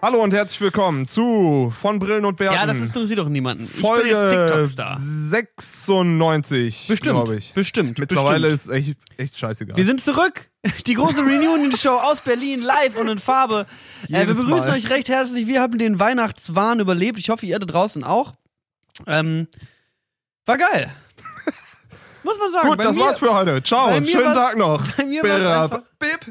Hallo und herzlich willkommen zu Von Brillen und Werten. Ja, das interessiert doch niemanden. Folge ich bin jetzt TikTok-Star. 96, glaube ich. Bestimmt. Mittlerweile ist echt scheißegal. Wir sind zurück. Die große Reunion-Show aus Berlin, live und in Farbe. Wir begrüßen euch recht herzlich. Wir haben den Weihnachtswahn überlebt. Ich hoffe, ihr da draußen auch. War geil. Muss man sagen. Gut, das war's für heute. Ciao, schönen Tag noch. Bei mir war's einfach,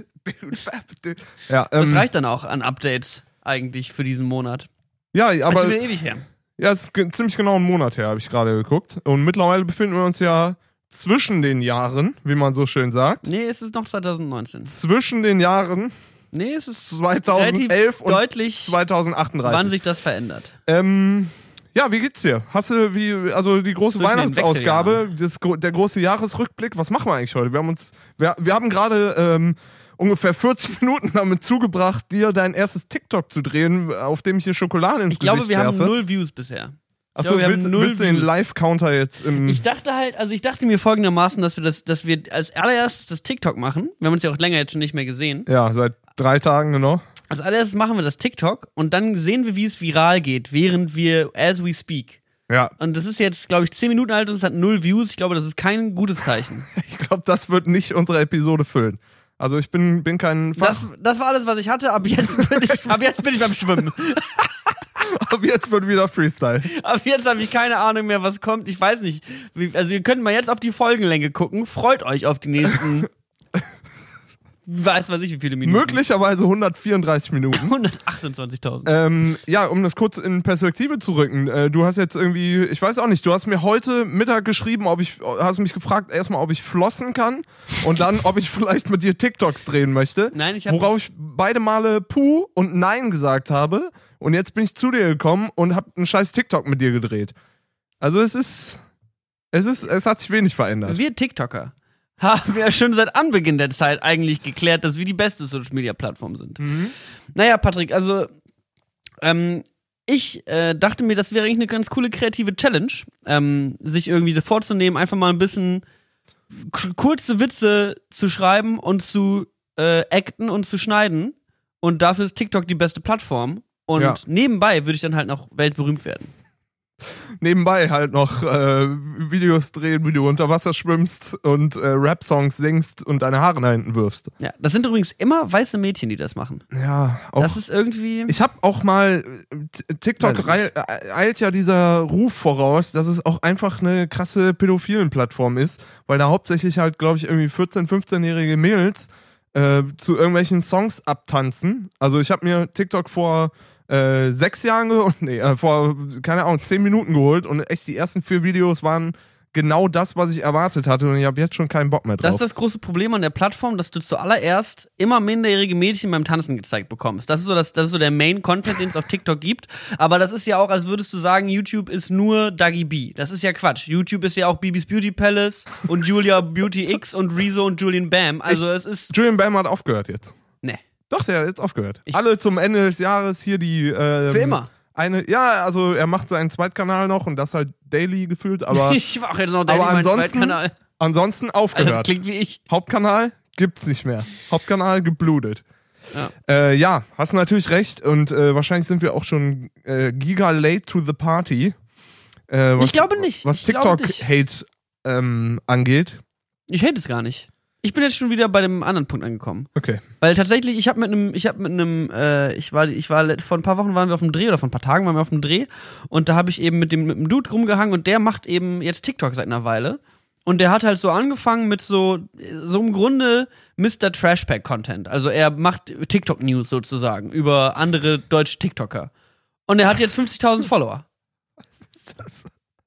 ja, das reicht dann auch an Updates eigentlich für diesen Monat. Ja, aber das ist wieder ewig her. Ja, es ist ziemlich genau ein Monat her, habe ich gerade geguckt. Und mittlerweile befinden wir uns ja zwischen den Jahren, wie man so schön sagt. Nee, es ist noch 2019. Zwischen den Jahren nee, es ist 2011 und deutlich 2038. Wann sich das verändert. Ja, wie geht's dir? Hast du die große Zwischen den Weihnachtsausgabe, der große Jahresrückblick? Was machen wir eigentlich heute? Wir haben gerade ungefähr 40 Minuten damit zugebracht, dir dein erstes TikTok zu drehen, auf dem ich hier Schokolade ins Gesicht werfe. Ich glaube, wir haben 0 Views bisher. Achso, willst du den Live-Counter jetzt im... Ich dachte mir folgendermaßen, dass wir als allererstes das TikTok machen. Wir haben uns ja auch länger jetzt schon nicht mehr gesehen. Ja, seit 3 Tagen, genau. Als allererstes machen wir das TikTok und dann sehen wir, wie es viral geht, während wir as we speak. Ja. Und das ist jetzt, glaube ich, 10 Minuten alt und es hat 0 Views. Ich glaube, das ist kein gutes Zeichen. Ich glaube, das wird nicht unsere Episode füllen. Also ich bin kein Das war alles, was ich hatte. Ab jetzt bin ich beim Schwimmen. Ab jetzt wird wieder Freestyle. Ab jetzt habe ich keine Ahnung mehr, was kommt. Ich weiß nicht. Also ihr könnt mal jetzt auf die Folgenlänge gucken. Freut euch auf die nächsten... weiß ich, wie viele Minuten. Möglicherweise 134 Minuten. 128.000. Ja, um das kurz in Perspektive zu rücken. Du hast jetzt irgendwie, ich weiß auch nicht, du hast mir heute Mittag geschrieben, hast mich gefragt, erstmal, ob ich flossen kann und dann, ob ich vielleicht mit dir TikToks drehen möchte. Nein, ich habe worauf ich beide Male Puh und Nein gesagt habe. Und jetzt bin ich zu dir gekommen und habe einen scheiß TikTok mit dir gedreht. Also es hat sich wenig verändert. Wir TikToker haben wir schon seit Anbeginn der Zeit eigentlich geklärt, dass wir die beste Social-Media-Plattform sind. Mhm. Naja, Patrick, also ich dachte mir, das wäre eigentlich eine ganz coole kreative Challenge, sich irgendwie vorzunehmen, einfach mal ein bisschen kurze Witze zu schreiben und zu acten und zu schneiden. Und dafür ist TikTok die beste Plattform. Und nebenbei würde ich dann halt noch weltberühmt werden. Nebenbei halt noch Videos drehen, wie du unter Wasser schwimmst und Rap-Songs singst und deine Haare nach hinten wirfst. Ja, das sind übrigens immer weiße Mädchen, die das machen. Ja, auch. Das ist irgendwie... Ich habe auch mal... TikTok eilt ja dieser Ruf voraus, dass es auch einfach eine krasse Pädophilen-Plattform ist, weil da hauptsächlich halt, glaube ich, irgendwie 14-, 15-jährige Mädels zu irgendwelchen Songs abtanzen. Also ich habe mir TikTok vor 6 Jahren vor, keine Ahnung, 10 Minuten geholt und echt die ersten 4 Videos waren genau das, was ich erwartet hatte und ich habe jetzt schon keinen Bock mehr drauf. Das ist das große Problem an der Plattform, dass du zuallererst immer minderjährige Mädchen beim Tanzen gezeigt bekommst. Das ist so der Main-Content, den es auf TikTok gibt. Aber das ist ja auch, als würdest du sagen, YouTube ist nur Dagi B. Das ist ja Quatsch. YouTube ist ja auch Bibis Beauty Palace und Julia Beauty X und Rezo und Julian Bam. Also es ist... Julian Bam hat aufgehört jetzt. Nee. Doch, der hat jetzt aufgehört. Alle zum Ende des Jahres hier die... Für immer. Also er macht seinen Zweitkanal noch und das halt daily gefühlt, aber... ich mache jetzt noch daily meinen Zweitkanal. Ansonsten aufgehört. Also das klingt wie ich. Hauptkanal gibt's nicht mehr. Hauptkanal geblutet. Ja, hast natürlich recht und wahrscheinlich sind wir auch schon giga late to the party. Ich glaube nicht. Was TikTok-Hate angeht. Ich hate es gar nicht. Ich bin jetzt schon wieder bei dem anderen Punkt angekommen. Okay. Weil tatsächlich, vor ein paar Wochen waren wir auf dem Dreh oder vor ein paar Tagen waren wir auf dem Dreh und da habe ich eben mit dem Dude rumgehangen und der macht eben jetzt TikTok seit einer Weile und der hat halt so angefangen mit so im Grunde Mr. Trashpack-Content. Also er macht TikTok-News sozusagen über andere deutsche TikToker. Und er hat jetzt 50.000 Follower. Was ist das?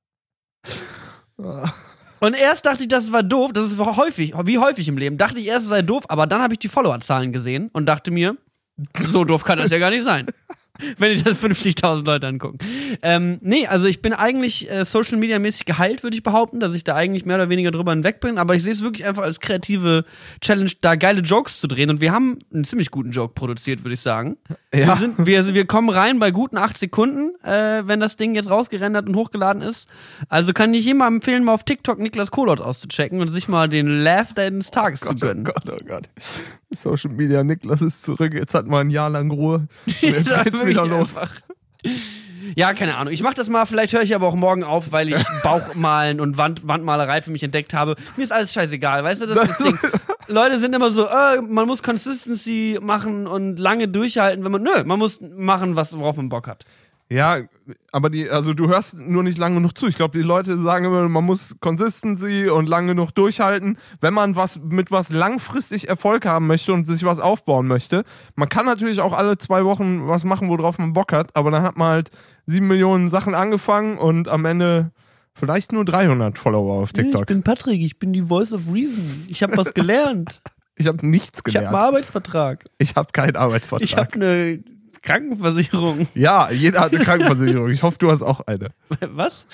Und erst dachte ich, das war doof, das ist wie häufig im Leben, dachte ich erst, es sei doof, aber dann habe ich die Followerzahlen gesehen und dachte mir, so doof kann das ja gar nicht sein. Wenn ich das 50.000 Leute angucken. Nee, also ich bin eigentlich Social-Media-mäßig geheilt, würde ich behaupten, dass ich da eigentlich mehr oder weniger drüber hinweg bin, aber ich sehe es wirklich einfach als kreative Challenge, da geile Jokes zu drehen und wir haben einen ziemlich guten Joke produziert, würde ich sagen. Ja. Wir kommen rein bei guten 8 Sekunden, wenn das Ding jetzt rausgerendert und hochgeladen ist. Also kann ich jemandem empfehlen, mal auf TikTok Niklas Kohlert auszuchecken und sich mal den Laugh des Tages zu gönnen. Oh Gott. Social Media, Niklas ist zurück, jetzt hat man ein Jahr lang Ruhe und jetzt geht's wieder los. Ja, keine Ahnung. Ich mach das mal, vielleicht höre ich aber auch morgen auf, weil ich Bauchmalen und Wandmalerei für mich entdeckt habe. Mir ist alles scheißegal, weißt du, das ist das Ding. Leute sind immer so, man muss Consistency machen und lange durchhalten, man muss machen, worauf man Bock hat. Ja, aber du hörst nur nicht lang genug zu. Ich glaube, die Leute sagen immer, man muss Consistency und lang genug durchhalten, wenn man mit was langfristig Erfolg haben möchte und sich was aufbauen möchte. Man kann natürlich auch alle 2 Wochen was machen, worauf man Bock hat, aber dann hat man halt 7 Millionen Sachen angefangen und am Ende vielleicht nur 300 Follower auf TikTok. Ich bin Patrick, ich bin die Voice of Reason. Ich habe was gelernt. Ich habe nichts gelernt. Ich habe einen Arbeitsvertrag. Ich habe keinen Arbeitsvertrag. Ich habe eine Krankenversicherung. Ja, jeder hat eine Krankenversicherung. Ich hoffe, du hast auch eine. Was?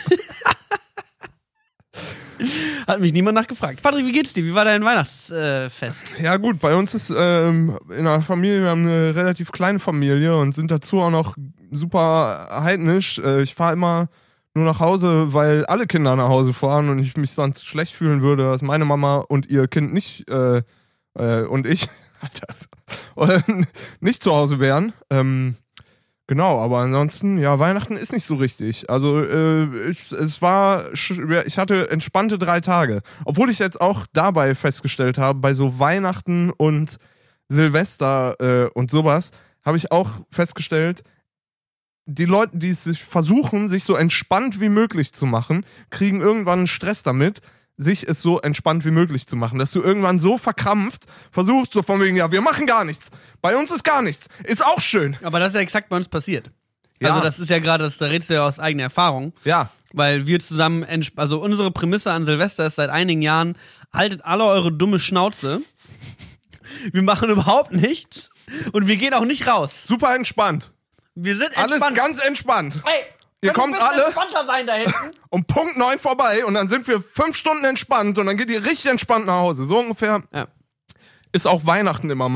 Hat mich niemand nachgefragt. Patrick, wie geht's dir? Wie war dein Weihnachtsfest? Ja gut, bei uns ist in der Familie, wir haben eine relativ kleine Familie und sind dazu auch noch super heidnisch. Ich fahre immer nur nach Hause, weil alle Kinder nach Hause fahren und ich mich sonst schlecht fühlen würde, dass meine Mama und ihr Kind nicht und ich nicht zu Hause wären. Genau, aber ansonsten, ja, Weihnachten ist nicht so richtig. Also ich hatte entspannte 3 Tage. Obwohl ich jetzt auch dabei festgestellt habe, bei so Weihnachten und Silvester und sowas, habe ich auch festgestellt, die Leute, die es sich versuchen, sich so entspannt wie möglich zu machen, kriegen irgendwann einen Stress damit, sich es so entspannt wie möglich zu machen. Dass du irgendwann so verkrampft versuchst, so von wegen, ja, wir machen gar nichts. Bei uns ist gar nichts. Ist auch schön. Aber das ist ja exakt bei uns passiert. Ja. Also das ist ja gerade, da redest du ja aus eigener Erfahrung. Ja. Weil wir zusammen, also unsere Prämisse an Silvester ist seit einigen Jahren, haltet alle eure dumme Schnauze. Wir machen überhaupt nichts. Und wir gehen auch nicht raus. Super entspannt. Wir sind entspannt. Alles ganz entspannt. Hey, ihr kommt alle entspannter sein da hinten. um Punkt 9 vorbei und dann sind wir 5 Stunden entspannt und dann geht ihr richtig entspannt nach Hause. So ungefähr ist auch Weihnachten immer.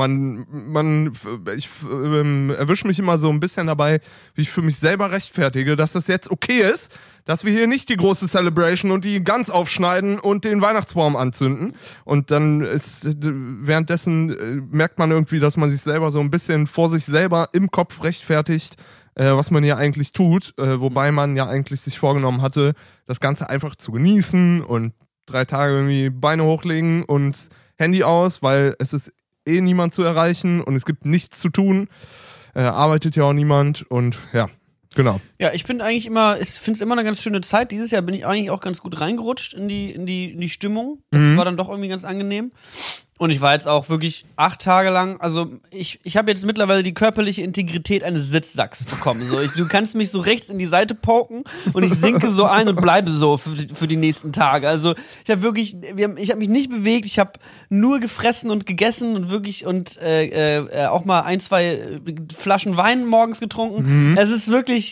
Ich erwische mich immer so ein bisschen dabei, wie ich für mich selber rechtfertige, dass das jetzt okay ist, dass wir hier nicht die große Celebration und die Gans aufschneiden und den Weihnachtsbaum anzünden. Und dann währenddessen merkt man irgendwie, dass man sich selber so ein bisschen vor sich selber im Kopf rechtfertigt, was man ja eigentlich tut, wobei man ja eigentlich sich vorgenommen hatte, das Ganze einfach zu genießen und 3 Tage irgendwie Beine hochlegen und Handy aus, weil es ist eh niemand zu erreichen und es gibt nichts zu tun. Arbeitet ja auch niemand und ja, genau. Ja, ich finde es immer eine ganz schöne Zeit. Dieses Jahr bin ich eigentlich auch ganz gut reingerutscht in die Stimmung. Das war dann doch irgendwie ganz angenehm. Und ich war jetzt auch wirklich 8 Tage lang, also ich habe jetzt mittlerweile die körperliche Integrität eines Sitzsacks bekommen. So, du kannst mich so rechts in die Seite poken und ich sinke so ein und bleibe so für die nächsten Tage. Also ich habe mich nicht bewegt, ich habe nur gefressen und gegessen und wirklich auch mal 1, 2 Flaschen Wein morgens getrunken. Es ist wirklich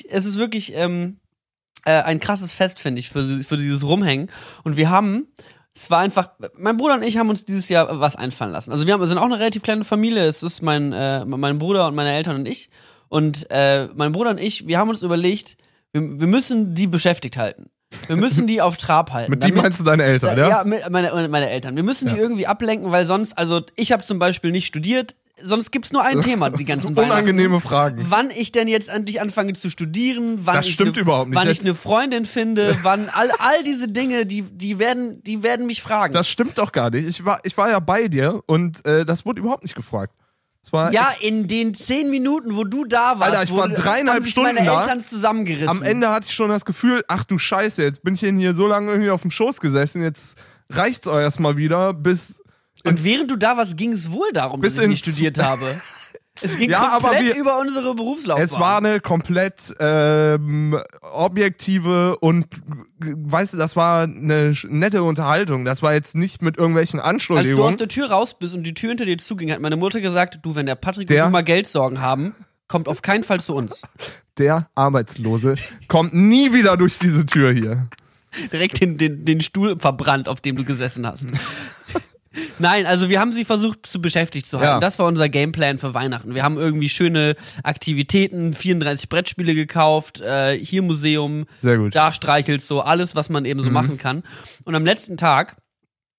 ein krasses Fest, finde ich, für dieses Rumhängen. Und es war einfach, mein Bruder und ich haben uns dieses Jahr was einfallen lassen. Also wir sind auch eine relativ kleine Familie. Es ist mein Bruder und meine Eltern und ich. Und mein Bruder und ich, wir haben uns überlegt, wir müssen die beschäftigt halten. Wir müssen die auf Trab halten. Mit die meinst du deine Eltern, ja? Ja, meine Eltern. Wir müssen die irgendwie ablenken, weil sonst, also ich habe zum Beispiel nicht studiert, sonst gibt's nur ein Thema, die ganzen Weihnachten. Unangenehme Fragen. Wann ich denn jetzt endlich anfange zu studieren, wann das stimmt überhaupt nicht. Wann ich eine Freundin finde, wann all diese Dinge, die werden mich fragen. Das stimmt doch gar nicht. Ich war ja bei dir und das wurde überhaupt nicht gefragt. In den 10 Minuten, wo du da warst, Alter, ich war 3,5 Stunden meine da. Eltern zusammengerissen. Am Ende hatte ich schon das Gefühl, ach du Scheiße, jetzt bin ich hier so lange irgendwie auf dem Schoß gesessen, jetzt reicht's auch erstmal wieder, bis... Und während du da warst, ging es wohl darum, dass ich nicht studiert habe. Es ging komplett über unsere Berufslaufbahn. Es war eine komplett objektive und, weißt du, das war eine nette Unterhaltung. Das war jetzt nicht mit irgendwelchen Anschuldigungen. Als du aus der Tür raus bist und die Tür hinter dir zuging, hat meine Mutter gesagt, du, wenn der Patrick und du mal Geldsorgen haben, kommt auf keinen Fall zu uns. Der Arbeitslose kommt nie wieder durch diese Tür hier. Direkt den Stuhl verbrannt, auf dem du gesessen hast. Nein, also wir haben sie versucht zu beschäftigt zu halten. Ja. Das war unser Gameplan für Weihnachten. Wir haben irgendwie schöne Aktivitäten, 34 Brettspiele gekauft, hier Museum, sehr gut. Da Streichels, so alles, was man eben so machen kann. Und am letzten Tag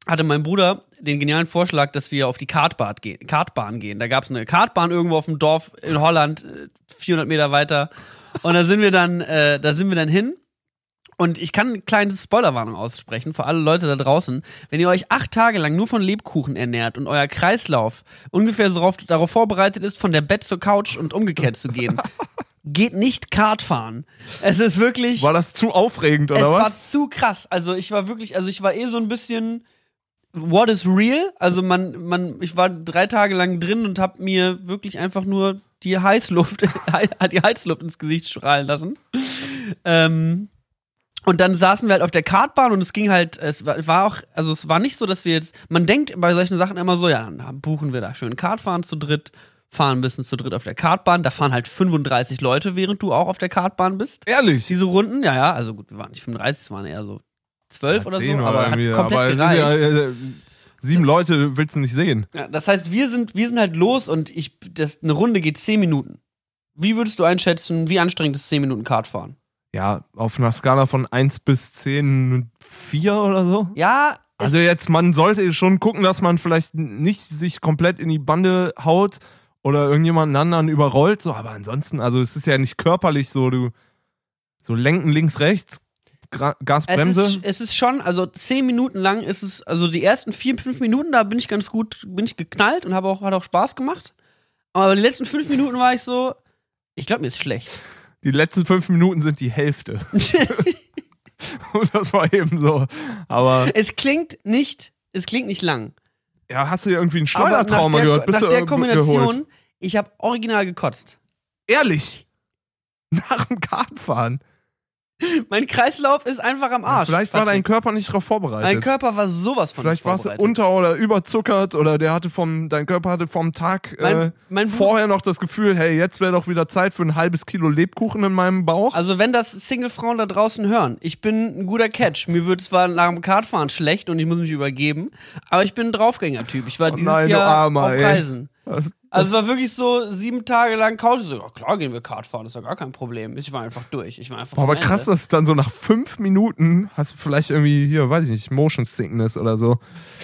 hatte mein Bruder den genialen Vorschlag, dass wir auf die Kartbahn gehen. Da gab es eine Kartbahn irgendwo auf dem Dorf in Holland, 400 Meter weiter. Und da sind wir dann hin. Und ich kann eine kleine Spoilerwarnung aussprechen für alle Leute da draußen. Wenn ihr euch 8 Tage lang nur von Lebkuchen ernährt und euer Kreislauf ungefähr darauf vorbereitet ist, von der Bett zur Couch und umgekehrt zu gehen, geht nicht Kart fahren. Es ist wirklich... War das zu aufregend, oder was? Es war zu krass. Also ich war so ein bisschen... What is real? Also ich war 3 Tage lang drin und hab mir wirklich einfach nur die Heizluft ins Gesicht strahlen lassen. Und dann saßen wir halt auf der Kartbahn und es ging halt, es war nicht so, dass wir jetzt, man denkt bei solchen Sachen immer so, ja, dann buchen wir da schön Kartfahren zu dritt, fahren ein bisschen zu dritt auf der Kartbahn, da fahren halt 35 Leute, während du auch auf der Kartbahn bist. Ehrlich? Diese Runden, ja, also gut, wir waren nicht 35, es waren eher so 12 oder so, aber hat komplett aber gereicht. 7 Leute willst du nicht sehen. Ja, das heißt, wir sind halt los und eine Runde geht 10 Minuten. Wie würdest du einschätzen, wie anstrengend ist 10 Minuten Kartfahren? Ja, auf einer Skala von 1 bis 10, 4 oder so. Ja. Also jetzt, man sollte schon gucken, dass man vielleicht nicht sich komplett in die Bande haut oder irgendjemanden anderen überrollt, so, aber ansonsten, also es ist ja nicht körperlich so, so lenken links, rechts, Gasbremse. Es ist schon, also 10 Minuten lang ist es, also die ersten 4-5 Minuten, da bin ich geknallt und hat auch Spaß gemacht. Aber die letzten 5 Minuten war ich so, ich glaube, mir ist schlecht. Die letzten 5 Minuten sind die Hälfte. Und das war eben so. Aber es klingt nicht lang. Ja, hast du ja irgendwie ein Schleudertrauma gehört? Bist nach du der Kombination, geholt? ich habe original gekotzt. Ehrlich? Nach dem Kartfahren? Mein Kreislauf ist einfach am Arsch. Vielleicht war dein Körper nicht darauf vorbereitet. Mein Körper war sowas von Vielleicht warst du unter- oder überzuckert oder dein Körper hatte vom Tag mein vorher noch das Gefühl, hey, jetzt wäre doch wieder Zeit für ein halbes Kilo Lebkuchen in meinem Bauch. Also wenn das Single-Frauen da draußen hören, ich bin ein guter Catch. Mir wird zwar nach dem Kartfahren schlecht und ich muss mich übergeben, aber ich bin ein Draufgänger-Typ. Ich war dieses Jahr auf Reisen. Also es war wirklich so 7 Tage lang Couch. So, ja, klar gehen wir Kart fahren, das ist ja gar kein Problem. Ich war einfach durch. Aber krass, dass es dann so nach 5 Minuten hast du vielleicht irgendwie hier, weiß ich nicht, Motion Sickness oder so.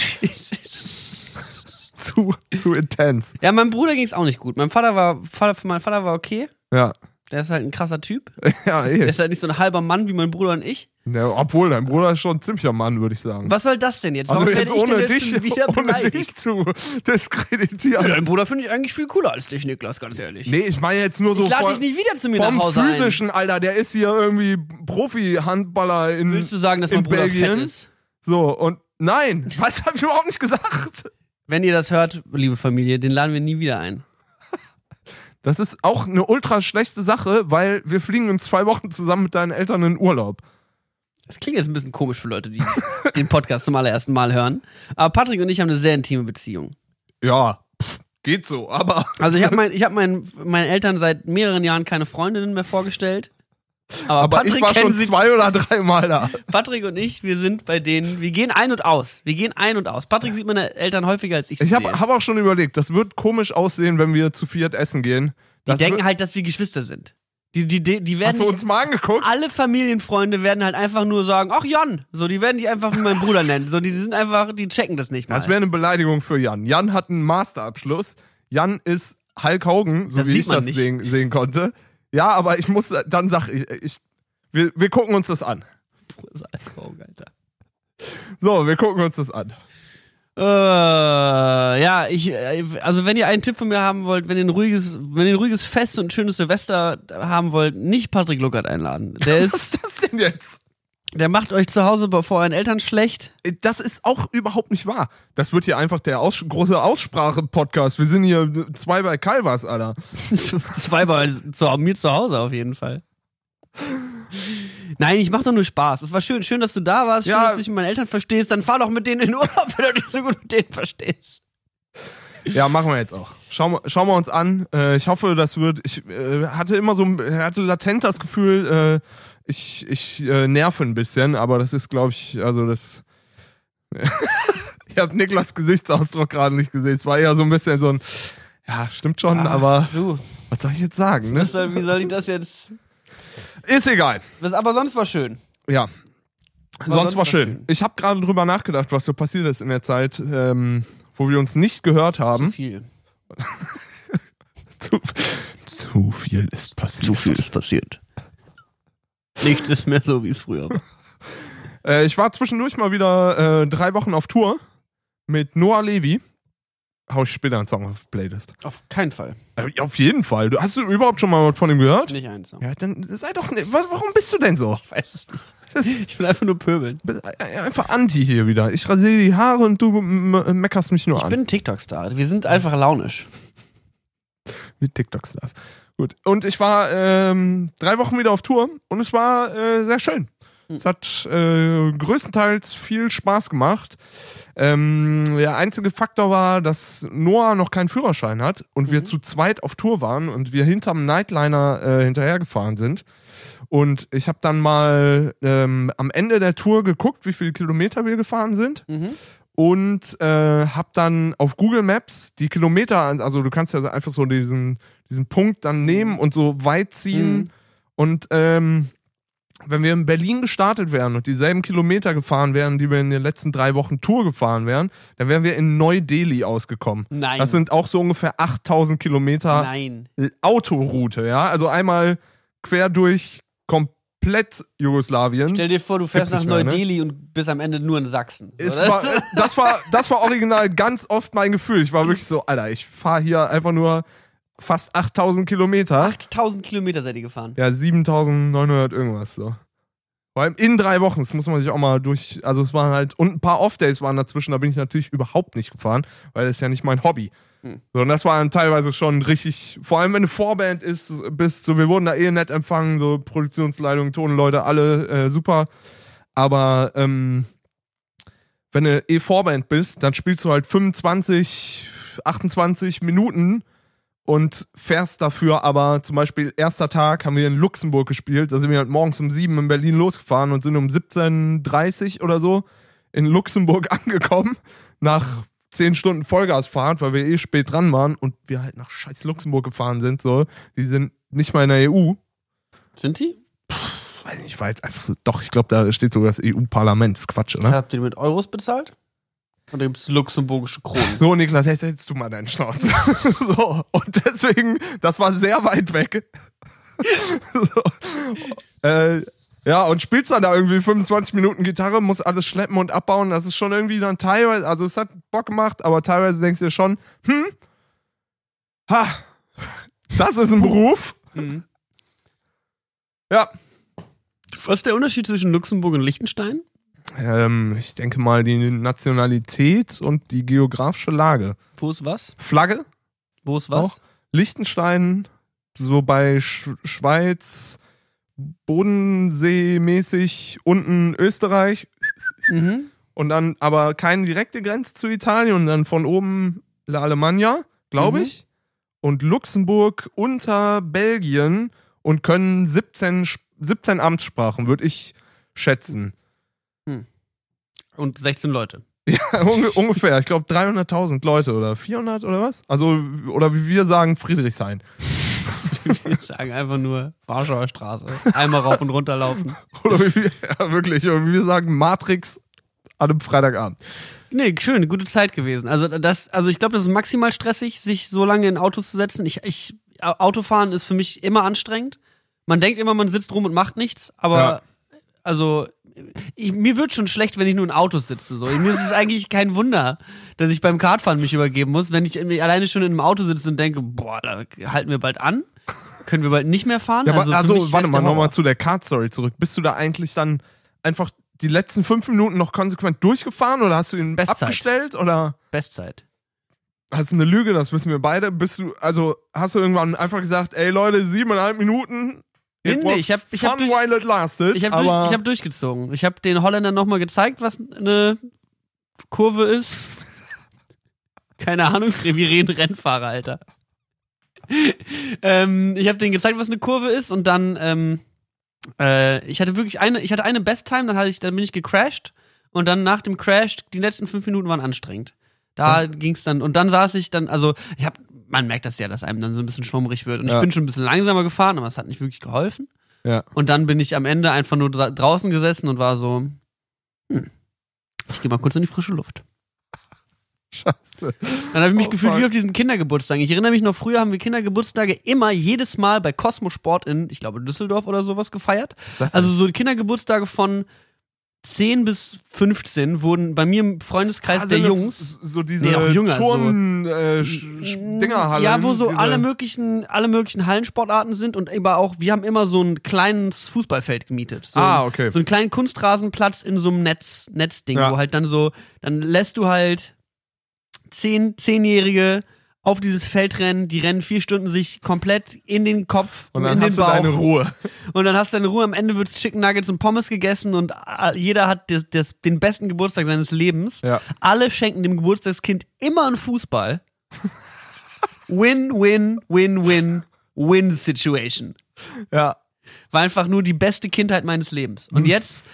zu intens. Ja, meinem Bruder ging es auch nicht gut. Mein Vater war okay. Ja. Der ist halt ein krasser Typ. Ja, Der ist halt nicht so ein halber Mann wie mein Bruder und ich. Ja, obwohl, dein Bruder ist schon ein ziemlicher Mann, würde ich sagen. Was soll das denn jetzt? Also Warum jetzt ohne dich zu diskreditieren. Ja, deinen Bruder finde ich eigentlich viel cooler als dich, Niklas, ganz ehrlich. Nee, ich meine jetzt nur so ich lade dich nicht wieder zu mir nach Hause vom physischen, Alter, der ist hier irgendwie Profi-Handballer in Belgien. Willst du sagen, dass mein Bruder fett ist? So, und nein, was hab ich überhaupt nicht gesagt? Wenn ihr das hört, liebe Familie, den laden wir nie wieder ein. Das ist auch eine ultra schlechte Sache, weil wir fliegen in 2 Wochen zusammen mit deinen Eltern in Urlaub. Das klingt jetzt ein bisschen komisch für Leute, die den Podcast zum allerersten Mal hören. Aber Patrick und ich haben eine sehr intime Beziehung. Ja, geht so, aber... Also ich hab meinen Eltern seit mehreren Jahren keine Freundinnen mehr vorgestellt. Aber Patrick ich war schon 2 oder 3 Mal da. Patrick und ich, wir sind bei denen, wir gehen ein und aus. Patrick sieht meine Eltern häufiger als ich. Ich hab auch schon überlegt, das wird komisch aussehen, wenn wir zu 4 essen gehen. Die denken halt, dass wir Geschwister sind. Die werden Hast du uns mal angeguckt? Alle Familienfreunde werden halt einfach nur sagen, ach Jan, so, die werden dich einfach wie mein Bruder nennen. So, die checken das nicht mal. Das wäre eine Beleidigung für Jan. Jan hat einen Masterabschluss. Jan ist Hulk Hogan, so wie ich das sehen konnte. Ja, aber ich muss, dann sag wir gucken uns das an. Hulk Hogan, Alter. So, wir gucken uns das an. Ja, also wenn ihr einen Tipp von mir haben wollt, wenn ihr ein ruhiges Fest und ein schönes Silvester haben wollt, nicht Patrick Luckert einladen. Was ist das denn jetzt? Der macht euch zu Hause vor euren Eltern schlecht. Das ist auch überhaupt nicht wahr. Das wird hier einfach der große Aussprache-Podcast. Wir sind hier 2 bei Calvas, Alter. 2 bei mir zu Hause auf jeden Fall. Nein, ich mach doch nur Spaß. Es war schön, dass du da warst. Schön, dass du dich mit meinen Eltern verstehst. Dann fahr doch mit denen in Urlaub, wenn du dich so gut mit denen verstehst. Ja, machen wir jetzt auch. Schauen wir uns an. Ich hoffe, das wird. Ich hatte latent das Gefühl, ich nerve ein bisschen, aber das ist, glaube ich, also das. Ich habe Niklas Gesichtsausdruck gerade nicht gesehen. Es war eher so ein bisschen so ein. Ja, stimmt schon, aber. Du. Was soll ich jetzt sagen? Ne? Wie soll ich das jetzt. Ist egal. Aber sonst war schön. Ja. Sonst war schön. Ich habe gerade drüber nachgedacht, was so passiert ist in der Zeit, wo wir uns nicht gehört haben. Zu viel. Zu viel ist passiert. Zu viel ist passiert. Nichts ist mehr so, wie es früher war. Ich war zwischendurch mal wieder 3 Wochen auf Tour mit Noah Levi. Hau ich später einen Song auf die Playlist. Auf keinen Fall. Auf jeden Fall. Hast du überhaupt schon mal von ihm gehört? Nicht einen Song. Ja, dann sei doch nicht. Warum bist du denn so? Ich weiß es nicht. Ich will einfach nur pöbeln. Einfach Anti hier wieder. Ich rasiere die Haare und du meckerst mich nur an. Ich bin ein TikTok-Star. Wir sind einfach launisch. Wie TikTok-Stars. Gut. Und ich war 3 Wochen wieder auf Tour und es war sehr schön. Es hat größtenteils viel Spaß gemacht. Der einzige Faktor war, dass Noah noch keinen Führerschein hat und wir zu zweit auf Tour waren und wir hinterm Nightliner hinterhergefahren sind. Und ich habe dann mal am Ende der Tour geguckt, wie viele Kilometer wir gefahren sind. Und habe dann auf Google Maps die Kilometer, also du kannst ja einfach so diesen Punkt dann nehmen und so weit ziehen. Und wenn wir in Berlin gestartet wären und dieselben Kilometer gefahren wären, die wir in den letzten 3 Wochen Tour gefahren wären, dann wären wir in Neu-Delhi ausgekommen. Nein. Das sind auch so ungefähr 8000 Kilometer Autoroute, ja. Also einmal quer durch komplett Jugoslawien. Stell dir vor, du fährst nach Neu-Delhi und bist am Ende nur in Sachsen. Das war original ganz oft mein Gefühl. Ich war wirklich so, Alter, ich fahre hier einfach nur fast 8000 Kilometer. 8000 Kilometer seid ihr gefahren? Ja, 7900 irgendwas so. Vor allem in 3 Wochen, das muss man sich auch mal durch, also es waren halt, und ein paar Off-Days waren dazwischen, da bin ich natürlich überhaupt nicht gefahren, weil das ist ja nicht mein Hobby. So, und das war dann teilweise schon richtig, vor allem wenn eine Vorband bist, so, wir wurden da nett empfangen, so Produktionsleitung, Tonleute, alle super. Aber wenn du Vorband bist, dann spielst du halt 25, 28 Minuten und fährst dafür aber, zum Beispiel erster Tag haben wir in Luxemburg gespielt, da sind wir halt morgens um 7 in Berlin losgefahren und sind um 17:30 oder so in Luxemburg angekommen, nach 10 Stunden Vollgasfahrt, weil wir spät dran waren und wir halt nach scheiß Luxemburg gefahren sind, so. Die sind nicht mal in der EU. Sind die? Weiß nicht, ich war jetzt einfach so, doch, ich glaube, da steht sogar das EU-Parlament, Quatsch, oder? Habt ihr mit Euros bezahlt? Oder gibt es luxemburgische Kronen? So, Niklas, jetzt hältst du mal deinen Schnauze. So, und deswegen, das war sehr weit weg. So, ja, und spielst dann da irgendwie 25 Minuten Gitarre, musst alles schleppen und abbauen. Das ist schon irgendwie dann teilweise, also es hat Bock gemacht, aber teilweise denkst du dir schon, das ist ein Beruf. Ja. Was ist der Unterschied zwischen Luxemburg und Liechtenstein? Ich denke mal die Nationalität und die geografische Lage. Wo ist was? Flagge. Wo ist was? Auch. Liechtenstein, so bei Schweiz, Bodenseemäßig, unten Österreich. Und dann aber keine direkte Grenze zu Italien und dann von oben La Alemannia, glaube ich. Und Luxemburg unter Belgien und können 17 Amtssprachen, würde ich schätzen. Und 16 Leute. Ja, ungefähr. Ich glaube 300.000 Leute oder 400 oder was? Also, oder wie wir sagen, Friedrichshain. Wir sagen einfach nur Warschauer Straße. Einmal rauf und runter laufen. Oder wie wir, ja, wirklich. Oder wie wir sagen, Matrix an einem Freitagabend. Nee, schön, eine gute Zeit gewesen. Also ich glaube, das ist maximal stressig, sich so lange in Autos zu setzen. Autofahren ist für mich immer anstrengend. Man denkt immer, man sitzt rum und macht nichts, aber mir wird schon schlecht, wenn ich nur in Autos sitze. So. Mir ist es eigentlich kein Wunder, dass ich beim Kartfahren mich übergeben muss, wenn ich alleine schon in einem Auto sitze und denke, boah, da halten wir bald an. Können wir bald nicht mehr fahren? Ja, also warte mal, nochmal zu der Kart-Story zurück. Bist du da eigentlich dann einfach die letzten 5 Minuten noch konsequent durchgefahren oder hast du ihn abgestellt? Oder? Bestzeit. Hast du eine Lüge, das wissen wir beide. Hast du irgendwann einfach gesagt, ey Leute, 7,5 Minuten? Nee, ich hab durchgezogen. Ich habe den Holländern nochmal gezeigt, was eine Kurve ist. Keine Ahnung, wir reden Rennfahrer, Alter. Ich habe denen gezeigt, was eine Kurve ist und dann ich hatte eine Besttime, dann bin ich gecrashed und dann nach dem Crash, die letzten 5 Minuten waren anstrengend. Da ging's dann, und dann saß ich dann, also man merkt das ja, dass einem dann so ein bisschen schwummrig wird und ich bin schon ein bisschen langsamer gefahren, aber es hat nicht wirklich geholfen. Ja. Und dann bin ich am Ende einfach nur draußen gesessen und war so, Ich gehe mal kurz in die frische Luft. Scheiße. Dann habe ich mich gefühlt fuck. wie auf diesen Kindergeburtstagen. Ich erinnere mich noch, früher haben wir Kindergeburtstage immer jedes Mal bei Cosmosport in, ich glaube, Düsseldorf oder sowas gefeiert. Was ist das denn? Also so Kindergeburtstage von 10 bis 15 wurden bei mir im Freundeskreis der sind das Jungs. so diese Nee, auch jünger, Dingerhalle. Ja, wo so diese, alle möglichen Hallensportarten sind und aber auch, wir haben immer so ein kleines Fußballfeld gemietet. So, okay. So einen kleinen Kunstrasenplatz in so einem Netzding, Ja. wo halt dann lässt du halt 10-Jährige auf dieses Feld rennen, die rennen 4 Stunden sich komplett in den Kopf und in dann den hast du Bauch. deine Ruhe. Und dann hast du deine Ruhe, am Ende wird's Chicken Nuggets und Pommes gegessen und jeder hat den besten Geburtstag seines Lebens. Ja. Alle schenken dem Geburtstagskind immer einen Fußball. Win-Situation. Ja. War einfach nur die beste Kindheit meines Lebens. Und jetzt,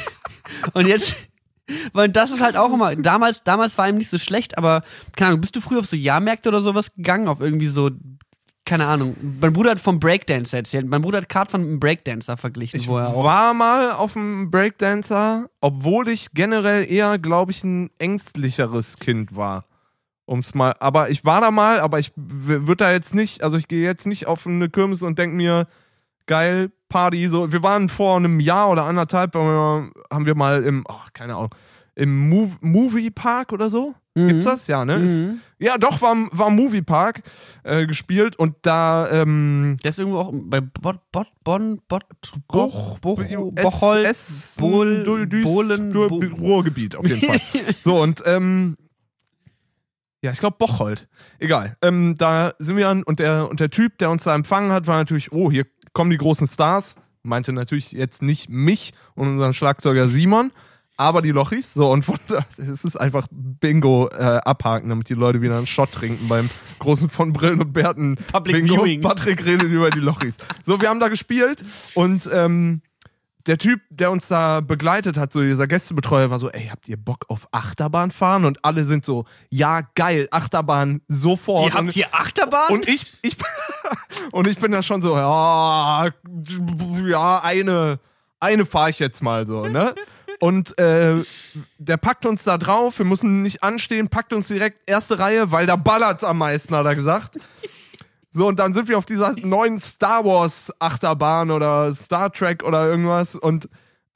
weil das ist halt auch immer, damals war ihm nicht so schlecht, aber, keine Ahnung, bist du früher auf so Jahrmärkte oder sowas gegangen, auf irgendwie so, keine Ahnung, mein Bruder hat vom Breakdancer erzählt, mein Bruder hat Kart von einem Breakdancer verglichen. Ich wo er auch war mal auf dem Breakdancer, obwohl ich generell eher, glaube ich, ein ängstlicheres Kind war. Aber ich war da mal, aber ich würde da jetzt nicht, also ich gehe jetzt nicht auf eine Kirmes und denke mir, geil, Party, so. Wir waren vor einem Jahr oder anderthalb, haben wir mal keine Ahnung, im Moviepark oder so. Gibt's das? Ja, ne? Ja, doch, war Moviepark gespielt und da der ist irgendwo auch bei Ruhrgebiet auf jeden Fall. So, und ja, ich glaube Bocholt. Egal. Da sind wir und der Typ, der uns da empfangen hat, war natürlich, hier kommen die großen Stars. Meinte natürlich jetzt nicht mich und unseren Schlagzeuger Simon, aber die Lochis. So, und es ist einfach Bingo abhaken, damit die Leute wieder einen Shot trinken beim großen von Brillen und Bärten Public Bingo. Viewing. Patrick redet über die Lochis. So, wir haben da gespielt und der Typ, der uns da begleitet hat, so dieser Gästebetreuer, war so, ey, habt ihr Bock auf Achterbahn fahren? Und alle sind so, ja, geil, Achterbahn, sofort. Ihr habt hier Achterbahn? Und ich und ich bin da schon so, ja, eine fahre ich jetzt mal so, ne? Und der packt uns da drauf, wir müssen nicht anstehen, packt uns direkt erste Reihe, weil da ballert's am meisten, hat er gesagt. So, und dann sind wir auf dieser neuen Star Wars Achterbahn oder Star Trek oder irgendwas und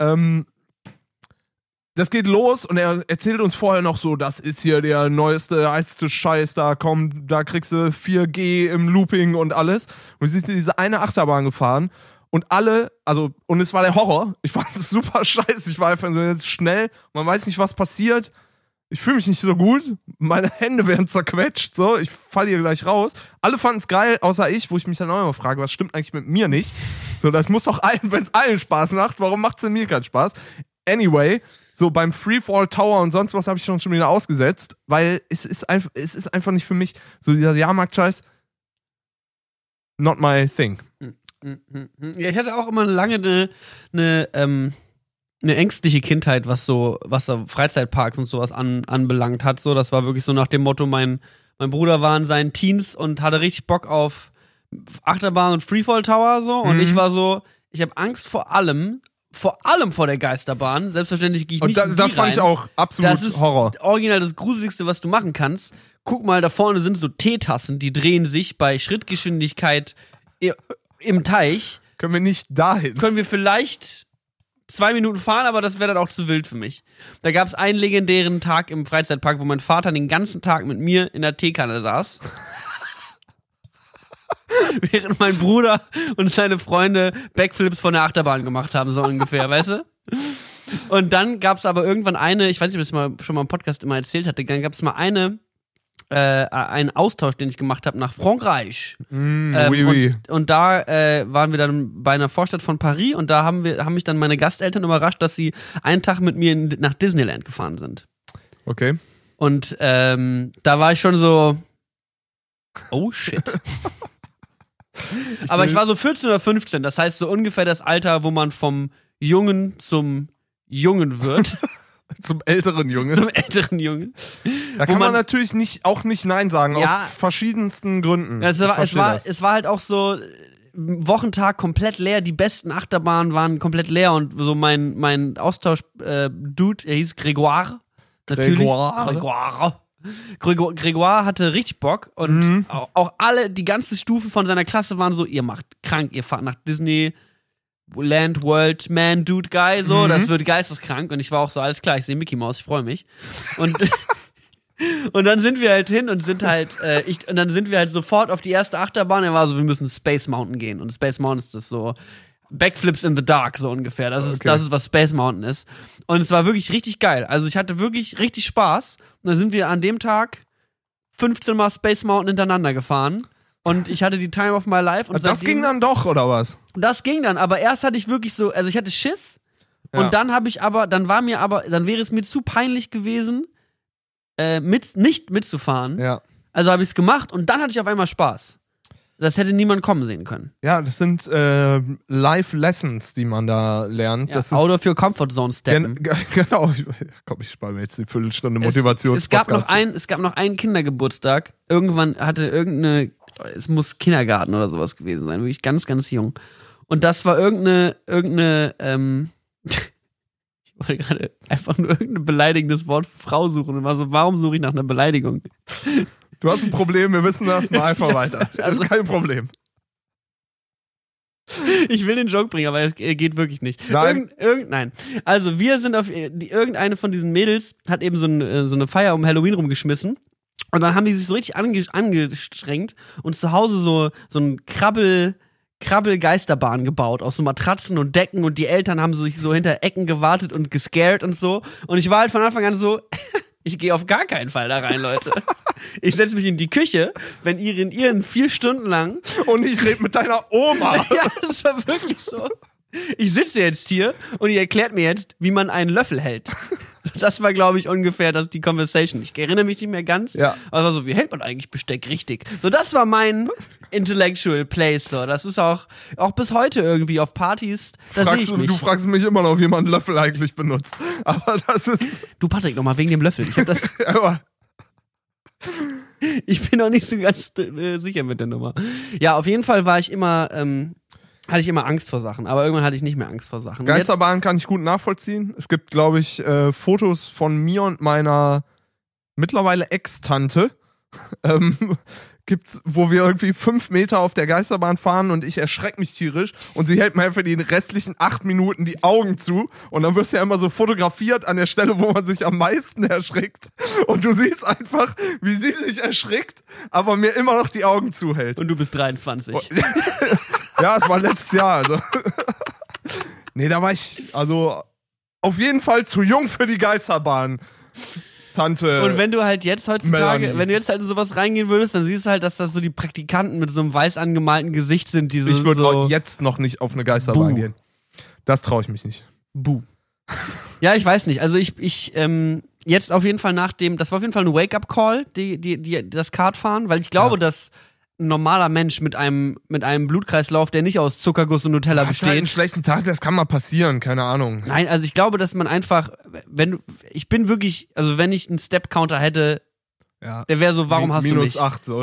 das geht los und er erzählt uns vorher noch so, das ist hier der neueste, heißeste Scheiß, da kriegst du 4G im Looping und alles. Und wir sind diese eine Achterbahn gefahren und und es war der Horror. Ich fand es super scheiße, ich war einfach so jetzt schnell, man weiß nicht, was passiert. Ich fühle mich nicht so gut, meine Hände werden zerquetscht, so, ich falle hier gleich raus. Alle fanden es geil, außer ich, wo ich mich dann auch immer frage, was stimmt eigentlich mit mir nicht? So, das muss doch wenn es allen Spaß macht, warum macht es denn mir keinen Spaß? Anyway, so beim Freefall Tower und sonst was habe ich schon wieder ausgesetzt, weil es ist einfach nicht für mich, so dieser Jahrmarkt-Scheiß, not my thing. Ja, ich hatte auch immer lange eine ängstliche Kindheit, was so Freizeitparks und sowas anbelangt hat. So, das war wirklich so nach dem Motto, mein Bruder war in seinen Teens und hatte richtig Bock auf Achterbahn und Freefall Tower so. Und ich war so, ich habe Angst vor allem vor der Geisterbahn. Selbstverständlich gehe ich nicht in die das fand rein. ich auch absolut Das ist Horror. original das Gruseligste, was du machen kannst. Guck mal, da vorne sind so Teetassen, die drehen sich bei Schrittgeschwindigkeit im Teich. Können wir nicht dahin? Können wir vielleicht 2 Minuten fahren, aber das wäre dann auch zu wild für mich. Da gab es einen legendären Tag im Freizeitpark, wo mein Vater den ganzen Tag mit mir in der Teekanne saß. Während mein Bruder und seine Freunde Backflips von der Achterbahn gemacht haben, so ungefähr, weißt du? Und dann gab es aber irgendwann ich weiß nicht, ob ich das schon mal im Podcast immer erzählt hatte, dann gab es mal einen Austausch, den ich gemacht habe nach Frankreich. Oui. Und da waren wir dann bei einer Vorstadt von Paris und da haben mich dann meine Gasteltern überrascht, dass sie einen Tag mit mir nach Disneyland gefahren sind. Okay. Und da war ich schon so, oh shit. Aber ich war so 14 oder 15, das heißt so ungefähr das Alter, wo man vom Jungen zum Jungen wird. Zum älteren Jungen. Zum älteren Jungen. Da kann man natürlich auch nicht Nein sagen, Ja, aus verschiedensten Gründen. Ja, es war halt auch so, Wochentag komplett leer, die besten Achterbahnen waren komplett leer und so mein Austausch-Dude, er hieß Grégoire. Natürlich. Grégoire hatte richtig Bock und auch alle, die ganze Stufe von seiner Klasse waren so, ihr macht krank, ihr fahrt nach Disney, Land, World, Man, Dude, Guy, so, das wird geisteskrank und ich war auch so, alles klar, ich sehe Mickey Mouse, ich freue mich. Und dann sind wir halt hin und sind halt, und dann sind wir halt sofort auf die erste Achterbahn. Er war so, wir müssen Space Mountain gehen. Und Space Mountain ist das so Backflips in the Dark, so ungefähr. Das ist, was Space Mountain ist. Und es war wirklich richtig geil. Also ich hatte wirklich richtig Spaß. Und dann sind wir an dem Tag 15 Mal Space Mountain hintereinander gefahren. Und ich hatte die Time of my life. Und das ging dann doch, oder was? Das ging dann, aber erst hatte ich wirklich so, also ich hatte Schiss. Ja. Und dann dann wäre es mir zu peinlich gewesen, nicht mitzufahren. Ja. Also habe ich es gemacht und dann hatte ich auf einmal Spaß. Das hätte niemand kommen sehen können. Ja, das sind Life Lessons, die man da lernt. Ja, das out of your comfort zone steppen. Genau. Ich spare mir jetzt die Viertelstunde Motivation. Es gab noch einen Kindergeburtstag. Irgendwann hatte es muss Kindergarten oder sowas gewesen sein. Wirklich ganz, ganz jung. Und das war irgendeine ich wollte gerade einfach nur irgendein beleidigendes Wort für Frau suchen und war so, warum suche ich nach einer Beleidigung? Du hast ein Problem, wir wissen das, mal einfach weiter. Das ist kein Problem. Ich will den Joke bringen, aber es geht wirklich nicht. Nein. Nein. Also wir sind irgendeine von diesen Mädels hat eben so eine Feier um Halloween rumgeschmissen und dann haben die sich so richtig angestrengt und zu Hause so ein Krabbel-Geisterbahn gebaut aus so Matratzen und Decken und die Eltern haben sich so hinter Ecken gewartet und gescared und so. Und ich war halt von Anfang an so, ich gehe auf gar keinen Fall da rein, Leute. Ich setze mich in die Küche, wenn ihr in ihren 4 Stunden lang und ich rede mit deiner Oma. Ja, das war wirklich so. Ich sitze jetzt hier und ihr erklärt mir jetzt, wie man einen Löffel hält. Das war, glaube ich, ungefähr die Conversation. Ich erinnere mich nicht mehr ganz. Ja. Aber es war so, wie hält man eigentlich Besteck richtig? So, das war mein intellectual place. So. Das ist auch bis heute irgendwie auf Partys. Du fragst mich immer noch, wie man einen Löffel eigentlich benutzt. Aber das ist... Du, Patrick, nochmal wegen dem Löffel. Ich bin noch nicht so ganz sicher mit der Nummer. Ja, auf jeden Fall hatte ich immer Angst vor Sachen, aber irgendwann hatte ich nicht mehr Angst vor Sachen. Geisterbahn kann ich gut nachvollziehen. Es gibt, glaube ich, Fotos von mir und meiner mittlerweile Ex-Tante, gibt's, wo wir irgendwie 5 Meter auf der Geisterbahn fahren und ich erschrecke mich tierisch und sie hält mir für die restlichen 8 Minuten die Augen zu und dann wirst du ja immer so fotografiert an der Stelle, wo man sich am meisten erschrickt und du siehst einfach, wie sie sich erschrickt, aber mir immer noch die Augen zuhält. Und du bist 23. Ja, es war letztes Jahr, also. Nee, da war ich, also, auf jeden Fall zu jung für die Geisterbahn, Tante. Und wenn du halt jetzt heutzutage, Melanie. wenn du jetzt halt in sowas reingehen würdest, dann siehst du halt, dass das so die Praktikanten mit so einem weiß angemalten Gesicht sind, die so. Ich würde jetzt noch nicht auf eine Geisterbahn gehen. Das traue ich mich nicht. Buh. Ja, ich weiß nicht. Also ich jetzt auf jeden Fall das war auf jeden Fall ein Wake-up-Call, das Kartfahren, weil ich glaube, dass ein normaler Mensch mit einem Blutkreislauf, der nicht aus Zuckerguss und Nutella besteht. Halt einen schlechten Tag, das kann mal passieren, keine Ahnung. Nein, also ich glaube, dass man einfach, wenn ich einen Step-Counter hätte, ja, der wäre so, warum hast du mich? -8 so.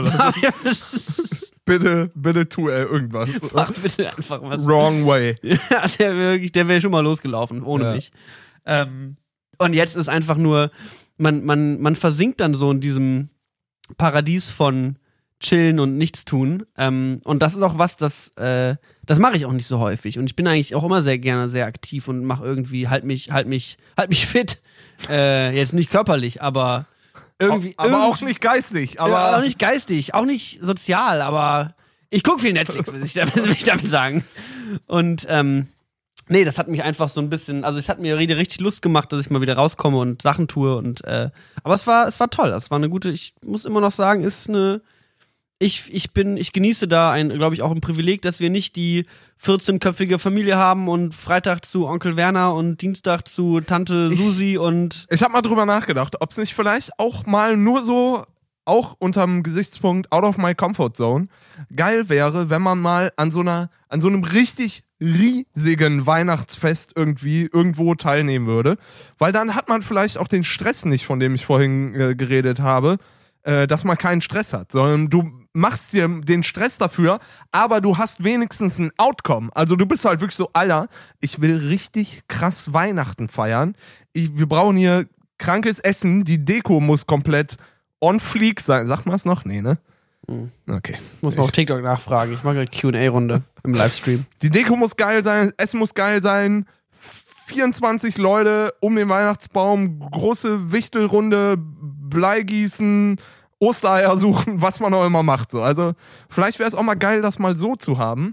Bitte tu irgendwas. Mach bitte einfach was. Wrong way. Ja, der wäre schon mal losgelaufen, ohne mich. Und jetzt ist einfach nur, man versinkt dann so in diesem Paradies von chillen und nichts tun. Und das ist auch was, das mache ich auch nicht so häufig. Und ich bin eigentlich auch immer sehr gerne sehr aktiv und mache irgendwie, halt mich fit. Jetzt nicht körperlich, aber irgendwie. Aber auch nicht geistig. Aber auch nicht geistig, auch nicht sozial, aber ich gucke viel Netflix, will ich damit sagen. Und nee, das hat mich einfach so ein bisschen, also es hat mir richtig Lust gemacht, dass ich mal wieder rauskomme und Sachen tue. Und aber es war toll. Das war eine gute, ich muss immer noch sagen, ist eine. Ich genieße da glaube ich, auch ein Privileg, dass wir nicht die 14-köpfige Familie haben und Freitag zu Onkel Werner und Dienstag zu Tante Susi und. Ich habe mal drüber nachgedacht, ob es nicht vielleicht auch mal nur so, auch unterm Gesichtspunkt out of my comfort zone, geil wäre, wenn man mal an so einem richtig riesigen Weihnachtsfest irgendwo teilnehmen würde. Weil dann hat man vielleicht auch den Stress nicht, von dem ich vorhin geredet habe, dass man keinen Stress hat, sondern du machst dir den Stress dafür, aber du hast wenigstens ein Outcome. Also du bist halt wirklich so, Alter, ich will richtig krass Weihnachten feiern. Wir brauchen hier krankes Essen, die Deko muss komplett on fleek sein. Sagt man es noch? Nee, ne? Okay. Muss man auf TikTok nachfragen. Ich mache eine Q&A-Runde im Livestream. Die Deko muss geil sein, Essen muss geil sein. 24 Leute um den Weihnachtsbaum, große Wichtelrunde, Bleigießen, Ostereier suchen, was man auch immer macht. So. Also vielleicht wäre es auch mal geil, das mal so zu haben.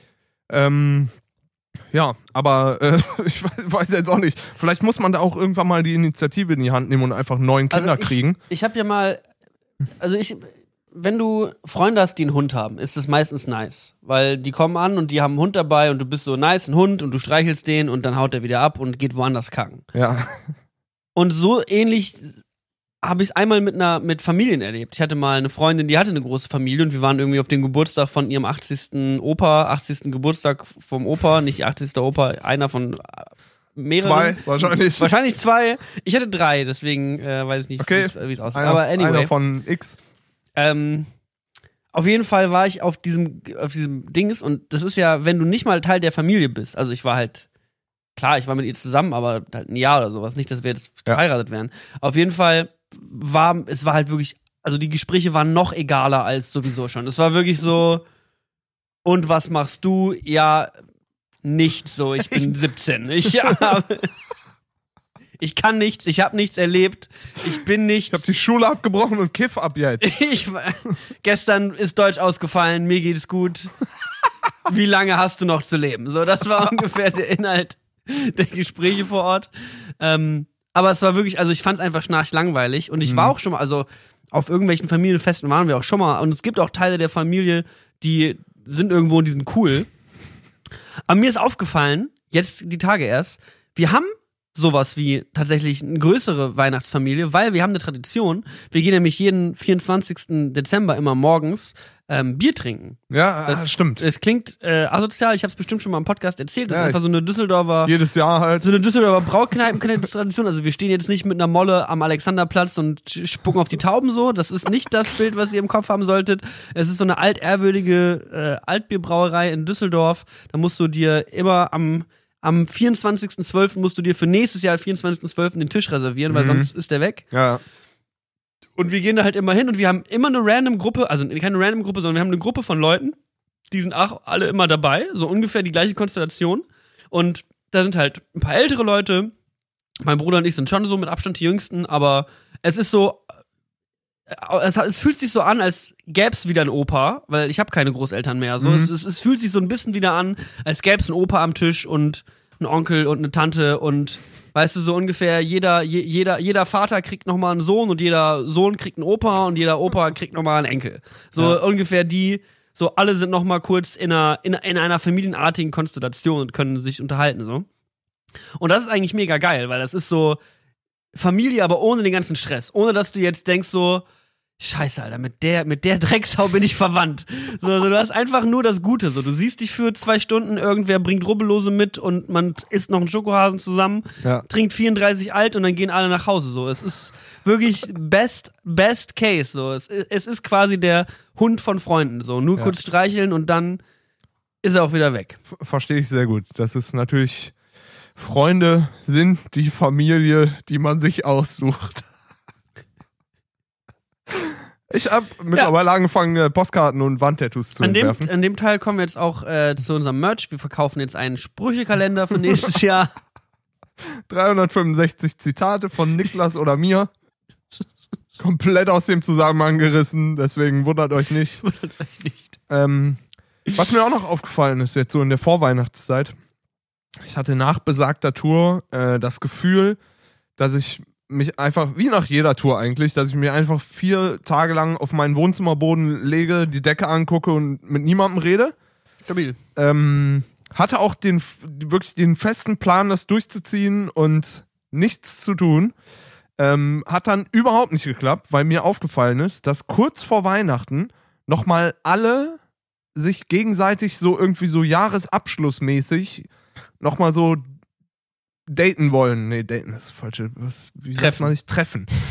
Ja, aber ich weiß jetzt auch nicht. Vielleicht muss man da auch irgendwann mal die Initiative in die Hand nehmen und einfach einen neuen Kinder kriegen. Ich habe ja mal, wenn du Freunde hast, die einen Hund haben, ist das meistens nice. Weil die kommen an und die haben einen Hund dabei und du bist so nice, ein Hund, und du streichelst den und dann haut er wieder ab und geht woanders kacken. Ja. Und so ähnlich habe ich es einmal mit Familien erlebt. Ich hatte mal eine Freundin, die hatte eine große Familie und wir waren irgendwie auf dem Geburtstag von ihrem 80. Geburtstag vom Opa, nicht 80. Opa, einer von mehreren. 2, wahrscheinlich. Wahrscheinlich 2. Ich hatte 3, deswegen weiß ich nicht, okay. wie es aussieht. Aber anyway. Einer von X. Auf jeden Fall war ich auf diesem Dings, und das ist ja, wenn du nicht mal Teil der Familie bist, also ich war halt, klar, ich war mit ihr zusammen, aber halt ein Jahr oder sowas, nicht, dass wir jetzt verheiratet wären. Auf jeden Fall war halt wirklich, also die Gespräche waren noch egaler als sowieso schon. Es war wirklich so, und was machst du? Ja, nichts so, ich bin 17. Ich kann nichts, ich habe nichts erlebt, ich bin nichts. Ich habe die Schule abgebrochen und kiff ab jetzt. Gestern ist Deutsch ausgefallen, mir geht es gut. Wie lange hast du noch zu leben? So, das war ungefähr der Inhalt der Gespräche vor Ort. Aber es war wirklich, also ich fand es einfach schnarchlangweilig. Und ich war auch schon mal, also auf irgendwelchen Familienfesten waren wir auch schon mal. Und es gibt auch Teile der Familie, die sind irgendwo und die sind cool. Aber mir ist aufgefallen, jetzt die Tage erst, wir haben sowas wie tatsächlich eine größere Weihnachtsfamilie, weil wir haben eine Tradition. Wir gehen nämlich jeden 24. Dezember immer morgens Bier trinken. Ja, das stimmt. Es klingt asozial, ich habe es bestimmt schon mal im Podcast erzählt. Das ist einfach so eine Düsseldorfer... Jedes Jahr halt. So eine Düsseldorfer Braukneipen-Tradition. Also wir stehen jetzt nicht mit einer Molle am Alexanderplatz und spucken auf die Tauben so. Das ist nicht das Bild, was ihr im Kopf haben solltet. Es ist so eine altehrwürdige Altbierbrauerei in Düsseldorf. Da musst du dir immer am 24.12. musst du dir für nächstes Jahr 24.12. den Tisch reservieren, weil sonst ist der weg. Ja. Und wir gehen da halt immer hin und wir haben immer eine random Gruppe, also keine random Gruppe, sondern wir haben eine Gruppe von Leuten, die sind auch alle immer dabei, so ungefähr die gleiche Konstellation. Und da sind halt ein paar ältere Leute, mein Bruder und ich sind schon so mit Abstand die Jüngsten, aber es ist so, es fühlt sich so an, als gäbe es wieder einen Opa, weil ich habe keine Großeltern mehr. So. Es fühlt sich so ein bisschen wieder an, als gäbe es einen Opa am Tisch und einen Onkel und eine Tante und weißt du, so ungefähr jeder Vater kriegt nochmal einen Sohn und jeder Sohn kriegt einen Opa und jeder Opa kriegt nochmal einen Enkel. So ungefähr so alle sind nochmal kurz in einer familienartigen Konstellation und können sich unterhalten, so. Und das ist eigentlich mega geil, weil das ist so Familie, aber ohne den ganzen Stress. Ohne, dass du jetzt denkst so, Scheiße, Alter, mit der Drecksau bin ich verwandt. So, du hast einfach nur das Gute. So, du siehst dich für 2 Stunden, irgendwer bringt Rubbellose mit und man isst noch einen Schokohasen zusammen, trinkt 34 alt und dann gehen alle nach Hause. So, es ist wirklich best case. So, es ist quasi der Hund von Freunden. So, nur kurz streicheln und dann ist er auch wieder weg. Verstehe ich sehr gut. Das ist natürlich, Freunde sind die Familie, die man sich aussucht. Ich habe mittlerweile angefangen, Postkarten und Wandtattoos zu entwerfen. An dem Teil kommen wir jetzt auch zu unserem Merch. Wir verkaufen jetzt einen Sprüchekalender für nächstes Jahr. 365 Zitate von Niklas oder mir. Komplett aus dem Zusammenhang gerissen, deswegen wundert euch nicht. Was mir auch noch aufgefallen ist, jetzt so in der Vorweihnachtszeit, ich hatte nach besagter Tour das Gefühl, dass ich mich einfach, wie nach jeder Tour eigentlich, dass ich mir einfach 4 Tage lang auf meinen Wohnzimmerboden lege, die Decke angucke und mit niemandem rede. Stabil. Hatte auch wirklich den festen Plan, das durchzuziehen und nichts zu tun. Hat dann überhaupt nicht geklappt, weil mir aufgefallen ist, dass kurz vor Weihnachten nochmal alle sich gegenseitig so irgendwie so jahresabschlussmäßig nochmal so daten wollen. Nee, daten ist das falsche. Wie sagt man sich? Treffen.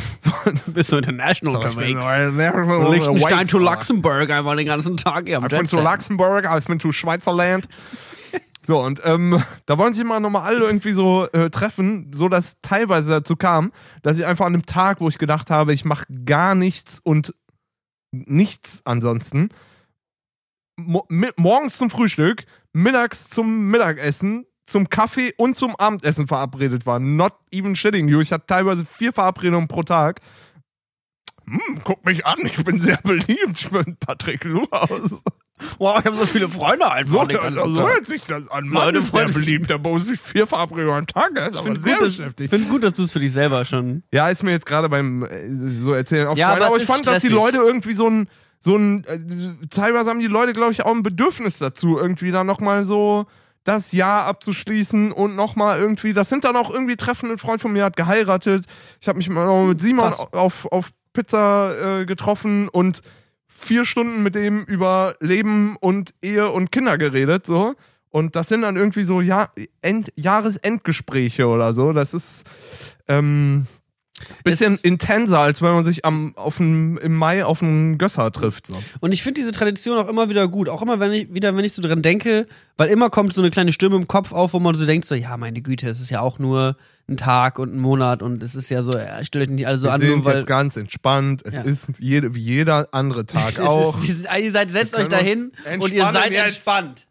Bist du international unterwegs? Liechtenstein Liechtenstein to Luxemburg, einfach den ganzen Tag hier am Ich bin zu Jetset. Luxemburg, ich bin zu Schweizerland. So, und da wollen sich immer nochmal alle irgendwie so treffen, so dass teilweise dazu kam, dass ich einfach an einem Tag, wo ich gedacht habe, ich mache gar nichts und nichts ansonsten, morgens zum Frühstück, mittags zum Mittagessen, zum Kaffee und zum Abendessen verabredet war. Not even shitting you. Ich hatte teilweise 4 Verabredungen pro Tag. Guck mich an, ich bin sehr beliebt. Ich bin Patrick Luhaus. Wow, ich habe so viele Freunde einfach. So hört sich das an. Mann, Leute ist der freuen sich. beliebt. Da muss ich 4 Verabredungen am Tag. Das ist aber sehr Ich beschäftigt. finde gut, dass du es für dich selber schon. Ja, ist mir jetzt gerade beim so erzählen aufgefallen. aber es Aber ich ist fand, dass die stressig. Leute irgendwie so ein teilweise haben die Leute, glaube ich, auch ein Bedürfnis dazu, irgendwie dann nochmal so das Jahr abzuschließen und nochmal irgendwie, das sind dann auch irgendwie Treffen, ein Freund von mir hat geheiratet, ich habe mich mal noch mit Simon Krass. auf Pizza getroffen und 4 Stunden mit dem über Leben und Ehe und Kinder geredet, so. Und das sind dann irgendwie so Jahresendgespräche oder so. Das ist bisschen intenser, als wenn man sich im Mai auf einen Gösser trifft. So. Und ich finde diese Tradition auch immer wieder gut. Auch immer, wenn ich so dran denke, weil immer kommt so eine kleine Stimme im Kopf auf, wo man so denkt, so, ja, meine Güte, es ist ja auch nur ein Tag und ein Monat und es ist ja so, stellt euch nicht alle so Wir an, sind nur weil. jetzt ganz entspannt. Es Ja. ist wie jeder andere Tag auch. Ihr setzt Wir euch da können hin uns und ihr seid entspannen jetzt. entspannt.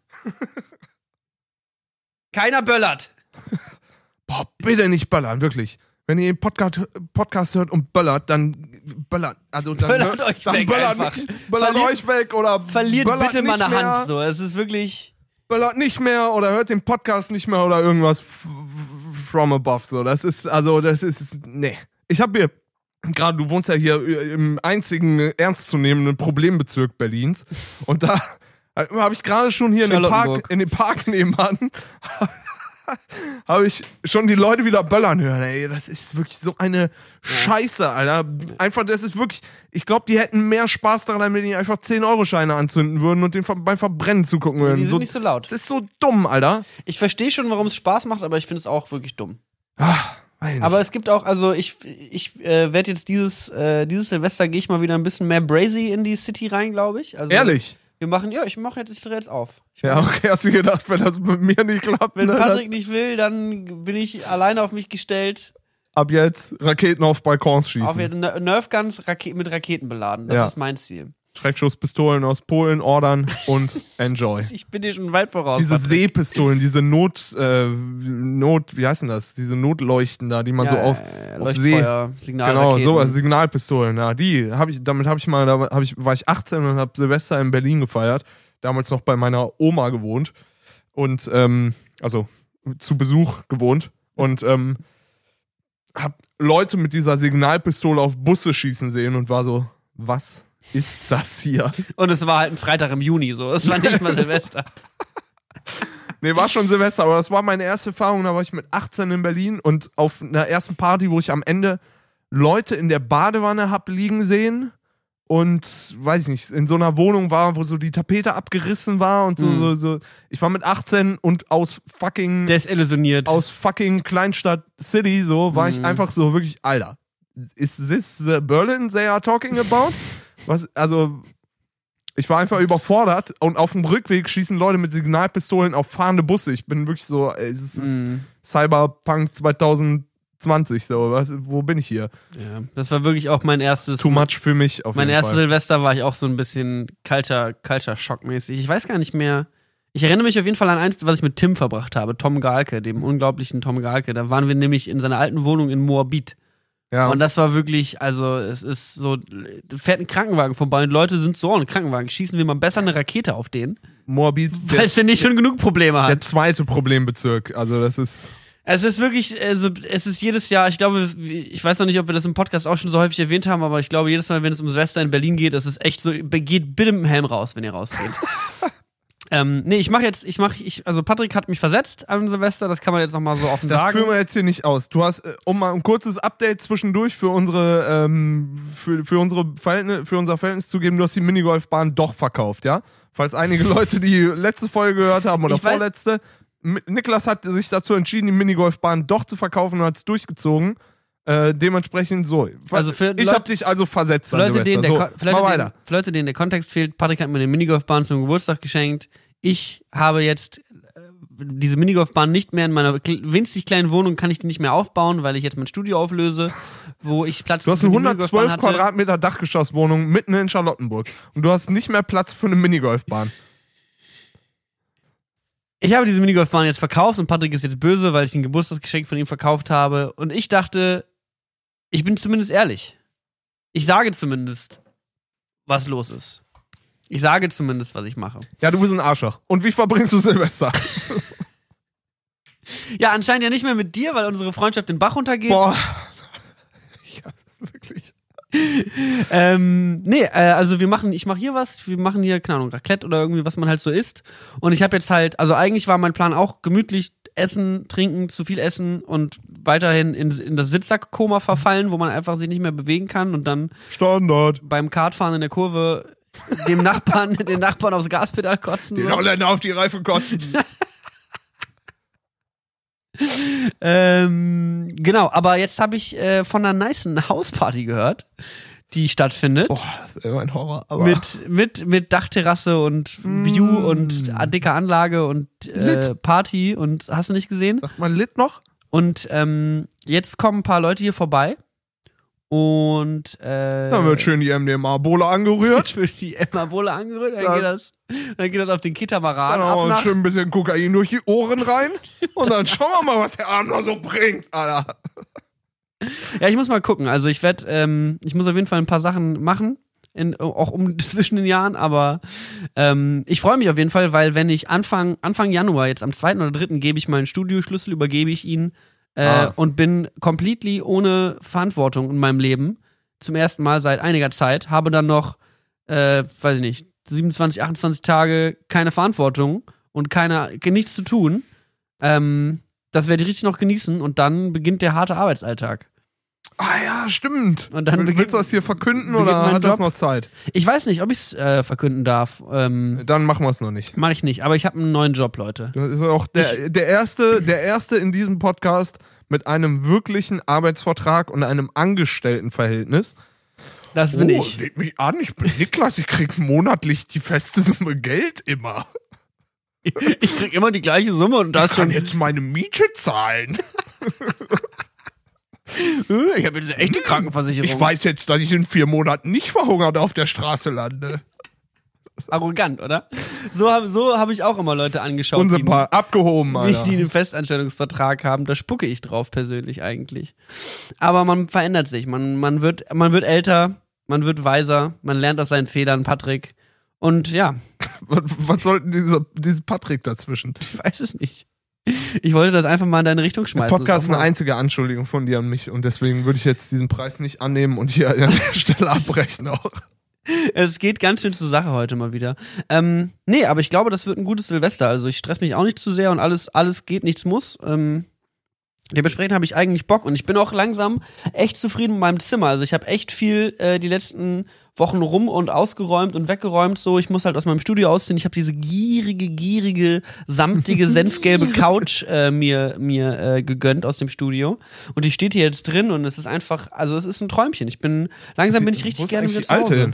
Keiner böllert. Boah, bitte nicht böllern, wirklich. Wenn ihr den Podcast hört und böllert, dann böllert. Also dann Böllert euch dann weg böllert einfach. nicht, böllert Verliert- euch weg oder Verliert böllert bitte mal nicht eine mehr, Hand. So, es ist wirklich. Böllert nicht mehr oder hört den Podcast nicht mehr oder irgendwas from above. So, nee. Ich habe hier gerade, du wohnst ja hier im einzigen ernstzunehmenden Problembezirk Berlins und da habe ich gerade schon hier in dem Park nebenan habe ich schon die Leute wieder böllern hören. Ey, das ist wirklich so eine Scheiße, Alter. Einfach, das ist wirklich, ich glaube, die hätten mehr Spaß daran, wenn die einfach 10-Euro-Scheine anzünden würden und den beim Verbrennen zugucken würden. Die sind nicht so laut. Das ist so dumm, Alter. Ich verstehe schon, warum es Spaß macht, aber ich finde es auch wirklich dumm. Weiß nicht. Aber es gibt auch, also ich werde jetzt dieses Silvester gehe ich mal wieder ein bisschen mehr brazy in die City rein, glaube ich. Also, Ehrlich? ich drehe jetzt auf. Ja, okay, hast du gedacht, wenn das mit mir nicht klappt, Wenn ne, Patrick nicht will, dann bin ich alleine auf mich gestellt. ab jetzt Raketen auf Balkons schießen. Auf jetzt Nerfguns mit Raketen beladen. Das Ja. ist mein Ziel. Schreckschusspistolen aus Polen ordern und enjoy. Ich bin dir schon weit voraus. Diese Patrick. Seepistolen, diese wie heißt denn das? Diese Notleuchten da, die man so auf See. Leuchtfeuer, Genau, Signalraketen. sowas, Signalpistolen, ja, war ich 18 und habe Silvester in Berlin gefeiert, damals noch bei meiner Oma gewohnt und, also zu Besuch gewohnt und, hab Leute mit dieser Signalpistole auf Busse schießen sehen und war so, was ist das hier? Und es war halt ein Freitag im Juni, so. Es war nicht mal Silvester. Nee, war schon Silvester, aber das war meine erste Erfahrung, da war ich mit 18 in Berlin und auf einer ersten Party, wo ich am Ende Leute in der Badewanne hab liegen sehen und, weiß ich nicht, in so einer Wohnung war, wo so die Tapete abgerissen war und so. Ich war mit 18 und aus fucking Kleinstadt City, so, war ich einfach so wirklich, Alter, is this the Berlin they are talking about? Was, also, ich war einfach überfordert und auf dem Rückweg schießen Leute mit Signalpistolen auf fahrende Busse. Ich bin wirklich so, es ist Cyberpunk 2020, so, wo bin ich hier? Ja, das war wirklich auch mein erstes. Too much für mich auf Mein jeden erstes Fall. Silvester war ich auch so ein bisschen Culture-Schock-mäßig. Ich weiß gar nicht mehr. Ich erinnere mich auf jeden Fall an eins, was ich mit Tim verbracht habe, Tom Gahlke, dem unglaublichen Tom Gahlke. Da waren wir nämlich in seiner alten Wohnung in Moabit. Ja. Und das war wirklich, also es ist so, da fährt ein Krankenwagen vorbei und Leute sind so, ein Krankenwagen, schießen wir mal besser eine Rakete auf den, Moabit, weil es denn nicht schon genug Probleme der hat. zweite Problembezirk. Also, das ist. Es ist wirklich, also es ist jedes Jahr, ich glaube, ich weiß noch nicht, ob wir das im Podcast auch schon so häufig erwähnt haben, aber ich glaube, jedes Mal, wenn es um Silvester in Berlin geht, das ist echt so, geht bitte mit dem Helm raus, wenn ihr rausgeht. Nee, also Patrick hat mich versetzt an Silvester, das kann man jetzt noch mal so offen Das sagen. führen wir jetzt hier nicht aus. Du hast, um mal ein kurzes Update zwischendurch für unsere, für unser Verhältnis zu geben, du hast die Minigolfbahn doch verkauft, ja? Falls einige Leute die letzte Folge gehört haben oder vorletzte. Niklas hat sich dazu entschieden, die Minigolfbahn doch zu verkaufen und hat es durchgezogen. Dementsprechend so. Also ich habe dich also versetzt an Silvester. Für Leute, denen der Kontext fehlt, Patrick hat mir eine Minigolfbahn zum Geburtstag geschenkt. Ich habe jetzt diese Minigolfbahn nicht mehr in meiner winzig kleinen Wohnung, kann ich die nicht mehr aufbauen, weil ich jetzt mein Studio auflöse, wo ich Platz Du hast eine 112 Quadratmeter Dachgeschosswohnung mitten in Charlottenburg und du hast nicht mehr Platz für eine Minigolfbahn. Ich habe diese Minigolfbahn jetzt verkauft und Patrick ist jetzt böse, weil ich ein Geburtstagsgeschenk von ihm verkauft habe. Und ich dachte, ich bin zumindest ehrlich. Ich sage zumindest, was los ist. Ich sage zumindest, was ich mache. Ja, du bist ein Arschloch. Und wie verbringst du Silvester? Ja, anscheinend ja nicht mehr mit dir, weil unsere Freundschaft den Bach runtergeht. Boah. Ja, wirklich. Also ich mache hier was, wir machen hier, keine Ahnung, Raclette oder irgendwie, was man halt so isst. Und ich habe jetzt halt, also eigentlich war mein Plan auch gemütlich essen, trinken, zu viel essen und weiterhin in das Sitzsackkoma verfallen, wo man einfach sich nicht mehr bewegen kann und dann Standard. Beim Kartfahren in der Kurve den Nachbarn aufs Gaspedal kotzen. Den Holländer auf die Reifen kotzen. Genau, aber jetzt habe ich von einer nicen Hausparty gehört, die stattfindet. Boah, das wäre ein Horror. Aber mit Dachterrasse und View und dicker Anlage und Party und hast du nicht gesehen? Sagt man Lit noch? Und jetzt kommen ein paar Leute hier vorbei und dann wird schön die MDMA-Bowle angerührt. Dann geht das auf den Kitamaran. Dann hauen wir schön ein bisschen Kokain durch die Ohren rein und dann schauen wir mal, was der Abend noch so bringt, Alter. Ja, ich muss mal gucken. Also ich muss auf jeden Fall ein paar Sachen machen, auch zwischen den Jahren, aber ich freue mich auf jeden Fall, weil wenn ich Anfang Januar, jetzt am 2. oder 3. gebe ich meinen Studioschlüssel, übergebe ich ihn und bin completely ohne Verantwortung in meinem Leben, zum ersten Mal seit einiger Zeit, habe dann noch, weiß ich nicht, 27, 28 Tage keine Verantwortung und nichts zu tun. Das werde ich richtig noch genießen und dann beginnt der harte Arbeitsalltag. Ah ja, stimmt. Und dann willst du das hier verkünden oder hat das noch Zeit? Ich weiß nicht, ob ich es verkünden darf. Dann machen wir es noch nicht. Mach ich nicht, aber ich habe einen neuen Job, Leute. Das ist auch der erste in diesem Podcast mit einem wirklichen Arbeitsvertrag und einem Angestelltenverhältnis. Das bin ich. Seht mich an, ich bin Niklas, ich krieg monatlich die feste Summe Geld immer. Ich krieg immer die gleiche Summe und das kann jetzt meine Miete zahlen. Ich habe jetzt eine echte Krankenversicherung. Ich weiß jetzt, dass ich in 4 Monaten nicht verhungert auf der Straße lande. Arrogant, oder? So hab ich auch immer Leute angeschaut, Unsympath, abgehoben, Alter. Die einen Festanstellungsvertrag haben. Da spucke ich drauf persönlich eigentlich. Aber man verändert sich. Man wird älter, man wird weiser, man lernt aus seinen Fehlern, Patrick. Und ja. Was sollten diese Patrick dazwischen? Ich weiß es nicht. Ich wollte das einfach mal in deine Richtung schmeißen. Der Podcast ist eine einzige Anschuldigung von dir an mich und deswegen würde ich jetzt diesen Preis nicht annehmen und hier an der Stelle abbrechen auch. Es geht ganz schön zur Sache heute mal wieder. Nee, aber ich glaube, das wird ein gutes Silvester. Also ich stress mich auch nicht zu sehr und alles geht, nichts muss. Dementsprechend habe ich eigentlich Bock und ich bin auch langsam echt zufrieden mit meinem Zimmer. Also ich habe echt viel die letzten Wochen rum und ausgeräumt und weggeräumt. So, ich muss halt aus meinem Studio ausziehen. Ich habe diese gierige, samtige, senfgelbe Couch mir gegönnt aus dem Studio. Und die steht hier jetzt drin und es ist einfach, also es ist ein Träumchen. Langsam bin ich richtig gerne wieder zu Hause.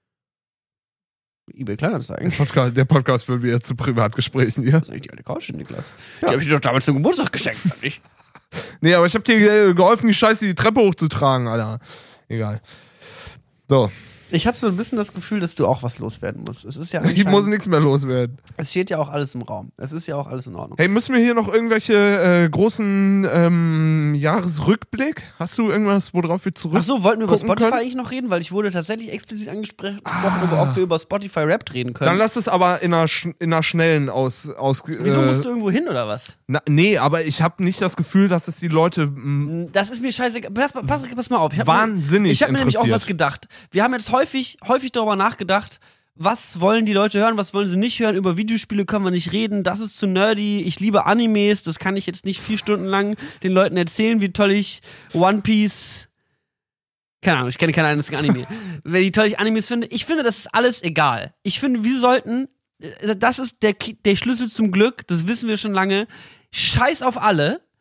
eBay Kleinanzeigen. Der Podcast wird wieder zu Privatgesprächen hier. Das ist eigentlich die alte Couch, Niklas. Die habe ich dir doch damals zum Geburtstag geschenkt, oder nicht? Nee, aber ich habe dir geholfen, die Scheiße die Treppe hochzutragen, Alter. Egal. So. Ich habe so ein bisschen das Gefühl, dass du auch was loswerden musst. Es ist ja ich muss nichts mehr loswerden. Es steht ja auch alles im Raum. Es ist ja auch alles in Ordnung. Hey, müssen wir hier noch irgendwelche großen Jahresrückblick? Hast du irgendwas, worauf wir zurück? Ach so, wollten wir über Spotify können? eigentlich noch reden? Weil ich wurde tatsächlich explizit angesprochen, ob wir über Spotify Rap reden können. Dann lass es aber in einer schnellen aus Wieso musst du irgendwo hin oder was? Nee, aber ich habe nicht das Gefühl, dass es die Leute das ist mir scheißegal. Pass mal auf. Ich hab mir nämlich auch was gedacht. Wir haben jetzt häufig darüber nachgedacht, was wollen die Leute hören, was wollen sie nicht hören, über Videospiele können wir nicht reden, das ist zu nerdy, ich liebe Animes, das kann ich jetzt nicht 4 Stunden lang den Leuten erzählen, wie toll ich One Piece, keine Ahnung, ich kenne keinen einzigen Anime, wie toll ich Animes finde. Ich finde, das ist alles egal. Ich finde, wir sollten, das ist der Schlüssel zum Glück, das wissen wir schon lange, scheiß auf alle,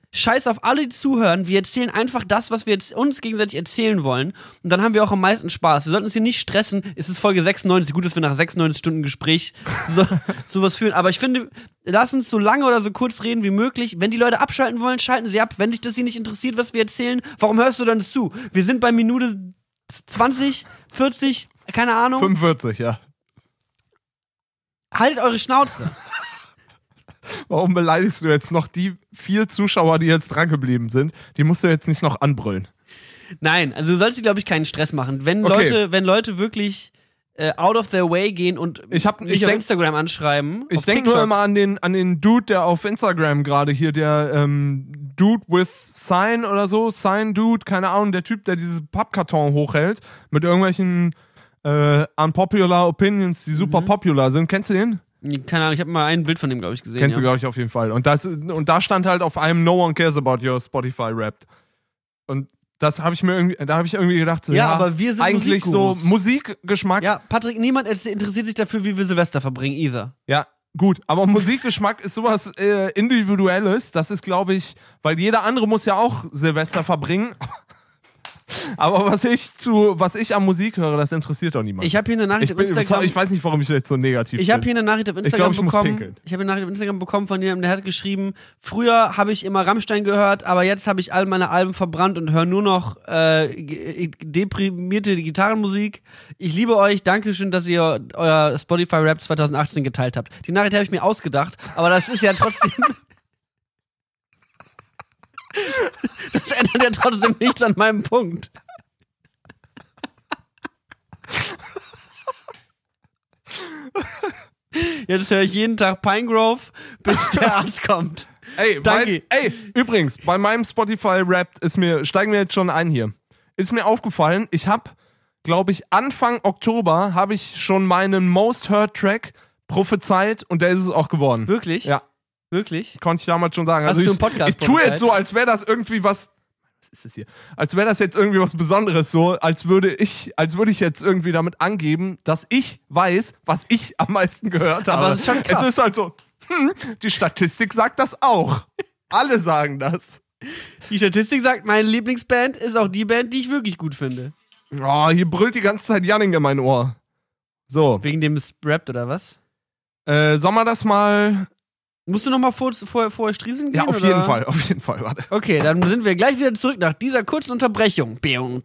scheiß auf alle, die zuhören. Wir erzählen einfach das, was wir jetzt uns gegenseitig erzählen wollen. Und dann haben wir auch am meisten Spaß. Wir sollten uns hier nicht stressen. Es ist Folge 96. Gut, dass wir nach 96 Stunden Gespräch sowas führen. Aber ich finde, lass uns so lange oder so kurz reden wie möglich. Wenn die Leute abschalten wollen, schalten sie ab. Wenn dich das hier nicht interessiert, was wir erzählen, warum hörst du dann zu? Wir sind bei Minute 20, 40, keine Ahnung. 45, ja. Haltet eure Schnauze. Warum beleidigst du jetzt noch die 4 Zuschauer, die jetzt dran geblieben sind? Die musst du jetzt nicht noch anbrüllen. Nein, also du sollst dir, glaube ich, keinen Stress machen. Wenn Leute wirklich out of their way gehen und mich auf Instagram anschreiben. Ich denke nur immer an den Dude, der auf Instagram gerade hier, der Dude with Sign oder so, Sign Dude, keine Ahnung, der Typ, der dieses Pappkarton hochhält mit irgendwelchen unpopular Opinions, die super popular sind. Kennst du den? Keine Ahnung, ich habe mal ein Bild von dem, glaube ich, gesehen. Kennst du, glaube ich, auf jeden Fall. Und da stand halt auf einem No One Cares About Your Spotify Wrapped. Und das habe ich mir irgendwie gedacht, so, ja, aber wir sind eigentlich so Musikgeschmack. Ja, Patrick, niemand interessiert sich dafür, wie wir Silvester verbringen, either. Ja, gut, aber Musikgeschmack ist sowas Individuelles. Das ist, glaube ich, weil jeder andere muss ja auch Silvester verbringen. Aber was ich an Musik höre, das interessiert doch niemand. Ich habe hier eine Nachricht auf Instagram. Ich weiß nicht, warum ich jetzt so negativ bin. Ich habe hier eine Nachricht auf Instagram bekommen. Ich habe eine Nachricht auf Instagram bekommen von jemandem, der hat geschrieben, früher habe ich immer Rammstein gehört, aber jetzt habe ich all meine Alben verbrannt und höre nur noch deprimierte Gitarrenmusik. Ich liebe euch, dankeschön, dass ihr euer Spotify Rap 2018 geteilt habt. Die Nachricht habe ich mir ausgedacht, aber das ist ja trotzdem... Das ändert ja trotzdem nichts an meinem Punkt. Jetzt höre ich jeden Tag Pinegrove, bis der Arzt kommt. Ey, danke. Übrigens, bei meinem Spotify-Rap steigen wir jetzt schon ein hier. Ist mir aufgefallen, ich habe, glaube ich, Anfang Oktober habe ich schon meinen Most Heard Track prophezeit und der ist es auch geworden. Wirklich? Ja. Wirklich? Konnte ich damals schon sagen. Hast du einen Podcast ich tue jetzt so, als wäre das irgendwie was ist das hier? Als wäre das jetzt irgendwie was Besonderes, so, als würde ich jetzt irgendwie damit angeben, dass ich weiß, was ich am meisten gehört habe. Aber es ist schon krass. Es ist halt so, die Statistik sagt das auch. Alle sagen das. Die Statistik sagt, meine Lieblingsband ist auch die Band, die ich wirklich gut finde. Oh, hier brüllt die ganze Zeit Janning in mein Ohr. So. Wegen dem es rappt oder was? Sollen wir das mal... Musst du noch mal vorher strieseln gehen? Ja, auf jeden Fall, warte. Okay, dann sind wir gleich wieder zurück nach dieser kurzen Unterbrechung.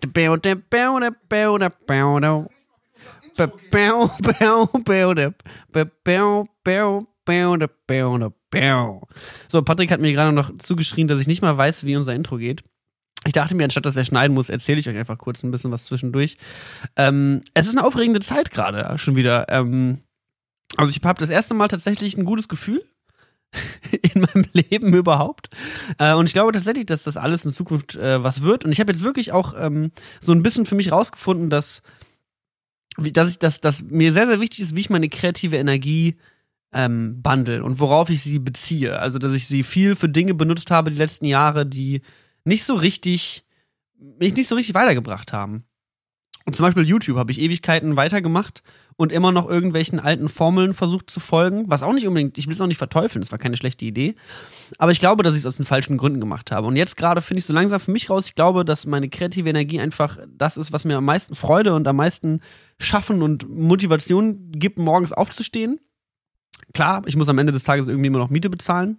So, Patrick hat mir gerade noch zugeschrien, dass ich nicht mal weiß, wie unser Intro geht. Ich dachte mir, anstatt dass er schneiden muss, erzähle ich euch einfach kurz ein bisschen was zwischendurch. Es ist eine aufregende Zeit gerade schon wieder. Also ich habe das erste Mal tatsächlich ein gutes Gefühl in meinem Leben überhaupt. Und ich glaube tatsächlich, dass das alles in Zukunft was wird. Und ich habe jetzt wirklich auch so ein bisschen für mich rausgefunden, dass mir sehr, sehr wichtig ist, wie ich meine kreative Energie bundle und worauf ich sie beziehe. Also, dass ich sie viel für Dinge benutzt habe die letzten Jahre, die mich nicht so richtig weitergebracht haben. Und zum Beispiel YouTube habe ich Ewigkeiten weitergemacht und immer noch irgendwelchen alten Formeln versucht zu folgen, was auch nicht unbedingt, ich will es auch nicht verteufeln, das war keine schlechte Idee, aber ich glaube, dass ich es aus den falschen Gründen gemacht habe. Und jetzt gerade finde ich so langsam für mich raus, ich glaube, dass meine kreative Energie einfach das ist, was mir am meisten Freude und am meisten Schaffen und Motivation gibt, morgens aufzustehen. Klar, ich muss am Ende des Tages irgendwie immer noch Miete bezahlen,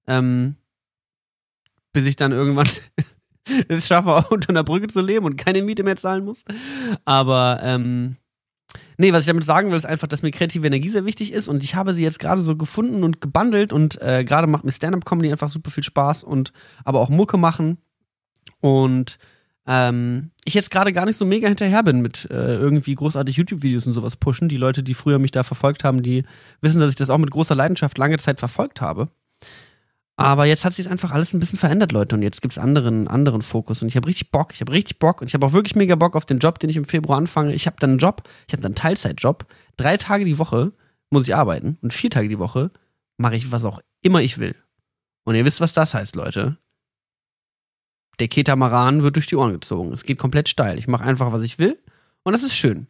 bis ich dann irgendwann es schaffe, auch unter einer Brücke zu leben und keine Miete mehr zahlen muss. Aber, was ich damit sagen will, ist einfach, dass mir kreative Energie sehr wichtig ist und ich habe sie jetzt gerade so gefunden und gebundelt und gerade macht mir Stand-Up-Comedy einfach super viel Spaß und aber auch Mucke machen und ich jetzt gerade gar nicht so mega hinterher bin mit irgendwie großartig YouTube-Videos und sowas pushen. Die Leute, die früher mich da verfolgt haben, die wissen, dass ich das auch mit großer Leidenschaft lange Zeit verfolgt habe. Aber jetzt hat sich einfach alles ein bisschen verändert, Leute. Und jetzt gibt's anderen Fokus. Und ich habe richtig Bock. Und ich habe auch wirklich mega Bock auf den Job, den ich im Februar anfange. Ich habe dann einen Teilzeitjob. 3 Tage die Woche muss ich arbeiten. Und 4 Tage die Woche mache ich, was auch immer ich will. Und ihr wisst, was das heißt, Leute. Der Ketamaran wird durch die Ohren gezogen. Es geht komplett steil. Ich mache einfach, was ich will. Und das ist schön.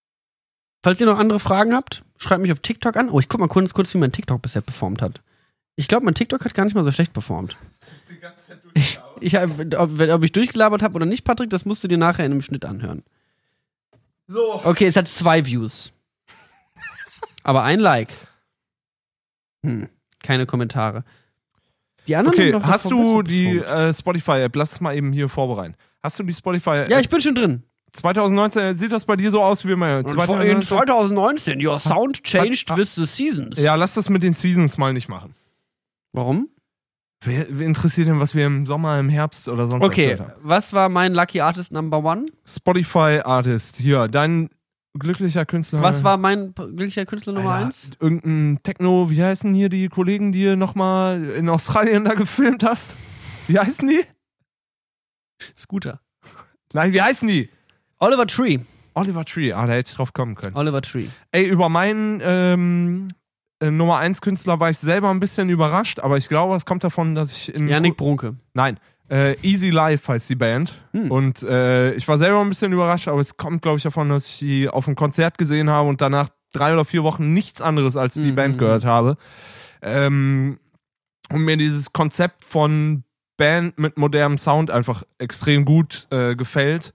Falls ihr noch andere Fragen habt, schreibt mich auf TikTok an. Oh, ich guck mal kurz, wie mein TikTok bisher performt hat. Ich glaube, mein TikTok hat gar nicht mal so schlecht performt. Ob ich durchgelabert habe oder nicht, Patrick, das musst du dir nachher in einem Schnitt anhören. So. Okay, es hat 2 Views. Aber ein Like. Keine Kommentare. Die anderen Okay, haben doch hast davor du besser die performt. Spotify-App? Lass es mal eben hier vorbereiten. Hast du die Spotify-App? Ja, ich bin schon drin. 2019, sieht das bei dir so aus wie immer? In 2019, your sound changed with the seasons. Ja, lass das mit den Seasons mal nicht machen. Warum? Wer interessiert denn, was wir im Sommer, im Herbst oder sonst was Okay, gehört haben? was war mein Lucky Artist Number 1? Spotify Artist, hier, dein glücklicher Künstler. Was war mein glücklicher Künstler Nummer 1? Irgendein Techno, wie heißen hier die Kollegen, die du nochmal in Australien da gefilmt hast? Wie heißen die? Scooter. Nein, wie heißen die? Oliver Tree. Oliver Tree, da hätte ich drauf kommen können. Oliver Tree. Ey, über meinen Nummer 1 Künstler war ich selber ein bisschen überrascht, aber ich glaube, es kommt davon, dass ich in... Yannick Brunke. Nein, Easy Life heißt die Band. Und ich war selber ein bisschen überrascht, aber es kommt, glaube ich, davon, dass ich die auf einem Konzert gesehen habe und danach 3 oder 4 Wochen nichts anderes als die Band gehört habe. Und mir dieses Konzept von Band mit modernem Sound einfach extrem gut gefällt.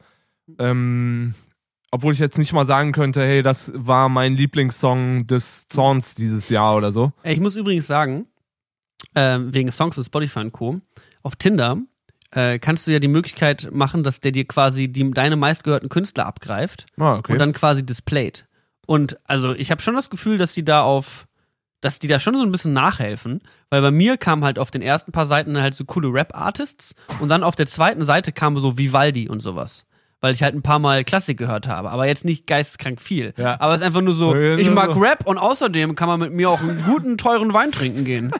Obwohl ich jetzt nicht mal sagen könnte, hey, das war mein Lieblingssong des Zorns dieses Jahr oder so. Ich muss übrigens sagen, wegen Songs auf Spotify und Co., auf Tinder kannst du ja die Möglichkeit machen, dass der dir quasi deine meistgehörten Künstler abgreift Okay. und dann quasi displayt. Und also ich habe schon das Gefühl, dass die da schon so ein bisschen nachhelfen, weil bei mir kamen halt auf den ersten paar Seiten halt so coole Rap-Artists und dann auf der zweiten Seite kam so Vivaldi und sowas. Weil ich halt ein paar Mal Klassik gehört habe, aber jetzt nicht geisteskrank viel. Ja. Aber es ist einfach nur so, Ja, ich mag so. Rap und außerdem kann man mit mir auch einen guten, teuren Wein trinken gehen.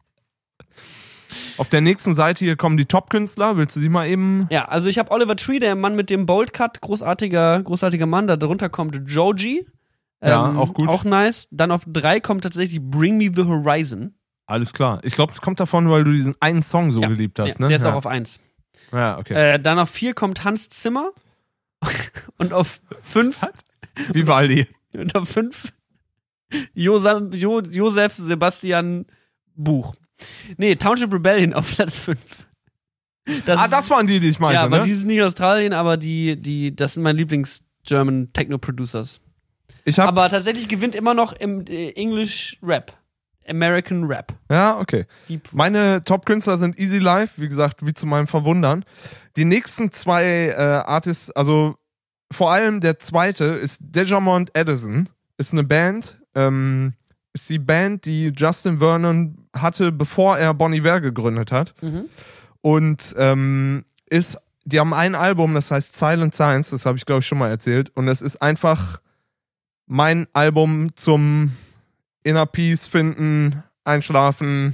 Auf der nächsten Seite hier kommen die Top-Künstler. Willst du die mal eben... Ja, also ich habe Oliver Tree, der Mann mit dem Bold-Cut, großartiger Mann. Da drunter kommt Joji. Ja, auch gut. Auch nice. Dann auf 3 kommt tatsächlich Bring Me the Horizon. Alles klar. Ich glaube, es kommt davon, weil du diesen einen Song so geliebt hast, Ja, ne? der ist ja. auch auf 1. Ja, okay. Dann auf 4 kommt Hans Zimmer. Und auf 5 Vivaldi. und auf 5 Josef Sebastian Buch. Nee, Township Rebellion auf Platz 5. Das waren die ich meinte, ja, aber ne? die sind nicht Australien, aber das sind meine Lieblings-German Techno-Producers. Aber tatsächlich gewinnt immer noch im English Rap. American Rap. Ja, okay. Deep. Meine Top-Künstler sind Easy Life, wie gesagt, wie zu meinem Verwundern. Die nächsten 2 Artists, also vor allem der zweite ist Dejamond Edison, ist eine Band, ist die Band, die Justin Vernon hatte, bevor er Bon Iver gegründet hat. Und die haben ein Album, das heißt Silent Science, das habe ich, glaube ich, schon mal erzählt. Und das ist einfach mein Album zum Inner Peace finden, einschlafen,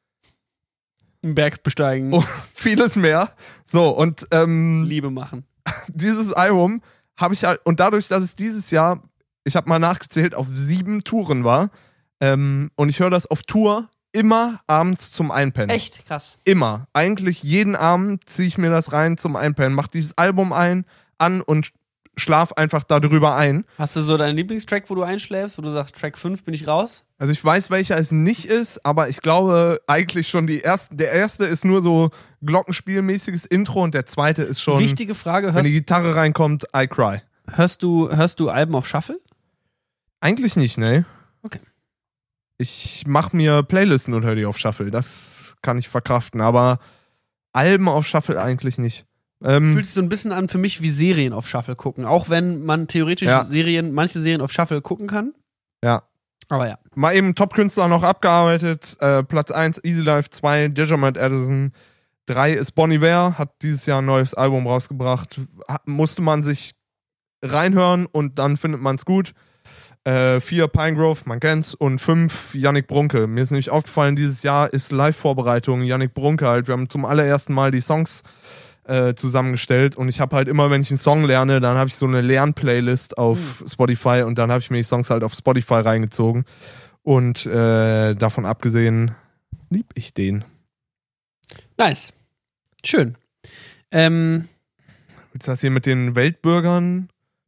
Einen Berg besteigen. Oh, vieles mehr. So, und Liebe machen. dieses Album habe ich halt, und dadurch, dass es dieses Jahr, ich habe mal nachgezählt, auf 7 Touren war, und ich höre das auf Tour immer abends zum Einpennen. Echt krass. Immer. Eigentlich jeden Abend ziehe ich mir das rein zum Einpennen, mach dieses Album an und schlaf einfach darüber ein. Hast du so deinen Lieblingstrack, wo du einschläfst, wo du sagst, Track 5 bin ich raus? Also ich weiß, welcher es nicht ist, aber ich glaube eigentlich schon der erste ist nur so glockenspielmäßiges Intro und der zweite ist schon, Wichtige Frage, wenn die Gitarre reinkommt, I cry. hörst du Alben auf Shuffle? Eigentlich nicht, ne? Okay. Ich mache mir Playlisten und höre die auf Shuffle, das kann ich verkraften, aber Alben auf Shuffle eigentlich nicht. Fühlt sich so ein bisschen an für mich wie Serien auf Shuffle gucken, auch wenn man theoretisch manche Serien auf Shuffle gucken kann. Ja. Aber ja. Mal eben Top-Künstler noch abgearbeitet. Platz 1 Easy Life, 2 Dejamond Edison, 3 ist Bon Iver, hat dieses Jahr ein neues Album rausgebracht. Musste man sich reinhören und dann findet man es gut. 4 Pinegrove, man kennt's, und 5 Yannick Brunke. Mir ist nämlich aufgefallen, dieses Jahr ist Live-Vorbereitung Yannick Brunke halt. Wir haben zum allerersten Mal die Songs zusammengestellt und ich habe halt immer, wenn ich einen Song lerne, dann habe ich so eine Lernplaylist auf Spotify und dann habe ich mir die Songs halt auf Spotify reingezogen und davon abgesehen lieb ich den. Nice. Schön. Willst du das hier mit den Weltbürgern